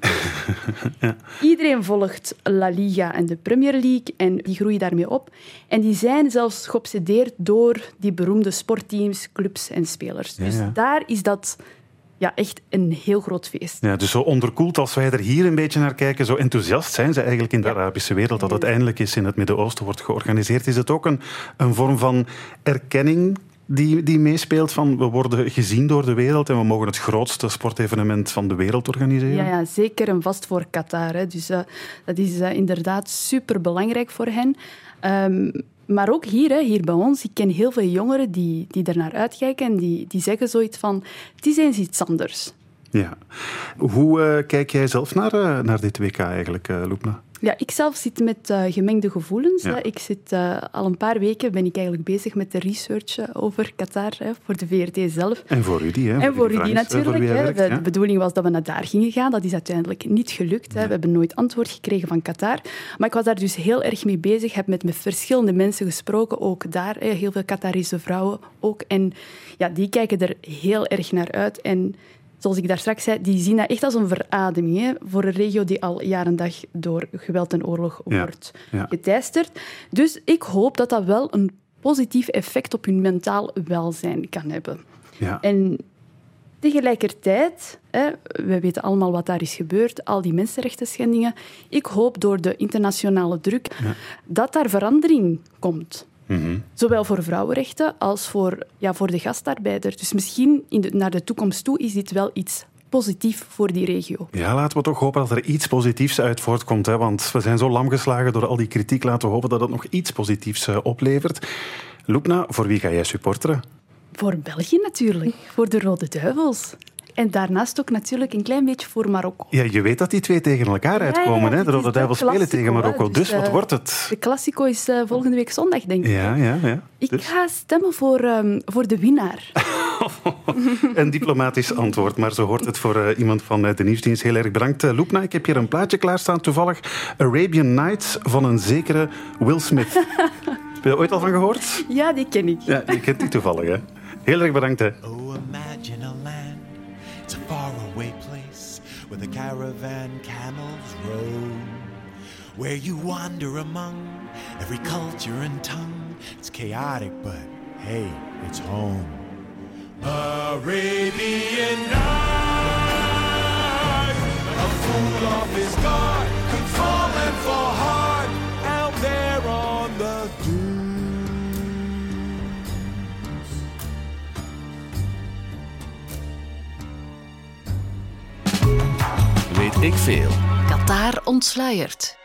ja. Iedereen volgt La Liga en de Premier League en die groeien daarmee op. En die zijn zelfs geobsedeerd door die beroemde sportteams, clubs en spelers. Ja, dus ja. daar is dat ja, echt een heel groot feest. Ja, dus zo onderkoeld als wij er hier een beetje naar kijken, zo enthousiast zijn ze eigenlijk in de ja. Arabische wereld dat het eindelijk eens in het Midden-Oosten wordt georganiseerd. Is het ook een, een vorm van erkenning die, die meespeelt van we worden gezien door de wereld en we mogen het grootste sportevenement van de wereld organiseren? Ja, ja zeker en vast voor Qatar. Hè. Dus uh, dat is uh, inderdaad superbelangrijk voor hen. Um, Maar ook hier, hè, hier bij ons, ik ken heel veel jongeren die, die er naar uitkijken en die, die zeggen zoiets van, het is eens iets anders. Ja. Hoe uh, kijk jij zelf naar, uh, naar dit W K eigenlijk, uh, Lubna? Ja, ik zelf zit met uh, gemengde gevoelens. Ja. Ik zit uh, al een paar weken ben ik eigenlijk bezig met de research uh, over Qatar, hè, voor de V R T zelf. En voor Rudy, hè? En voor Rudy natuurlijk. Voor hè. werkt, de, ja? de bedoeling was dat we naar daar gingen gaan. Dat is uiteindelijk niet gelukt. Hè. Ja. We hebben nooit antwoord gekregen van Qatar. Maar ik was daar dus heel erg mee bezig. Heb met, met verschillende mensen gesproken, ook daar. Hè. Heel veel Qatarese vrouwen ook. En ja, die kijken er heel erg naar uit. En zoals ik daar straks zei, die zien dat echt als een verademing, hè, voor een regio die al jaar en dag door geweld en oorlog wordt ja, ja. geteisterd. Dus ik hoop dat dat wel een positief effect op hun mentaal welzijn kan hebben. Ja. En tegelijkertijd, hè, we weten allemaal wat daar is gebeurd, al die mensenrechten schendingen. Ik hoop door de internationale druk ja. dat daar verandering komt. Mm-hmm. Zowel voor vrouwenrechten als voor, ja, voor de gastarbeider. Dus misschien in de, naar de toekomst toe is dit wel iets positiefs voor die regio. Ja, laten we toch hopen dat er iets positiefs uit voortkomt. Hè? Want we zijn zo lam geslagen door al die kritiek. Laten we hopen dat het nog iets positiefs uh, oplevert. Lubna, voor wie ga jij supporteren? Voor België natuurlijk. Voor de Rode Duivels. En daarnaast ook natuurlijk een klein beetje voor Marokko. Ja, je weet dat die twee tegen elkaar uitkomen. Ja, ja, hè? De Rode Duivels spelen tegen Marokko. Dus, dus wat uh, wordt het? De Classico is uh, volgende week zondag, denk ik. Ja, ja, ja. Ik dus? ga stemmen voor, um, voor de winnaar. Een diplomatisch antwoord, maar zo hoort het voor uh, iemand van uh, de nieuwsdienst. Heel erg bedankt. Uh, Lubna, ik heb hier een plaatje klaarstaan. Toevallig Arabian Nights van een zekere Will Smith. Heb je er ooit al van gehoord? Ja, die ken ik. Ja, je kent die toevallig, hè? Heel erg bedankt, hè. Oh, imagine a land. It's a faraway place where the caravan camels roam, where you wander among every culture and tongue. It's chaotic, but hey, it's home. Arabian Nights, a fool off his guard could fall and fall hard out there on the dunes. Weet ik veel. Qatar ontsluiert.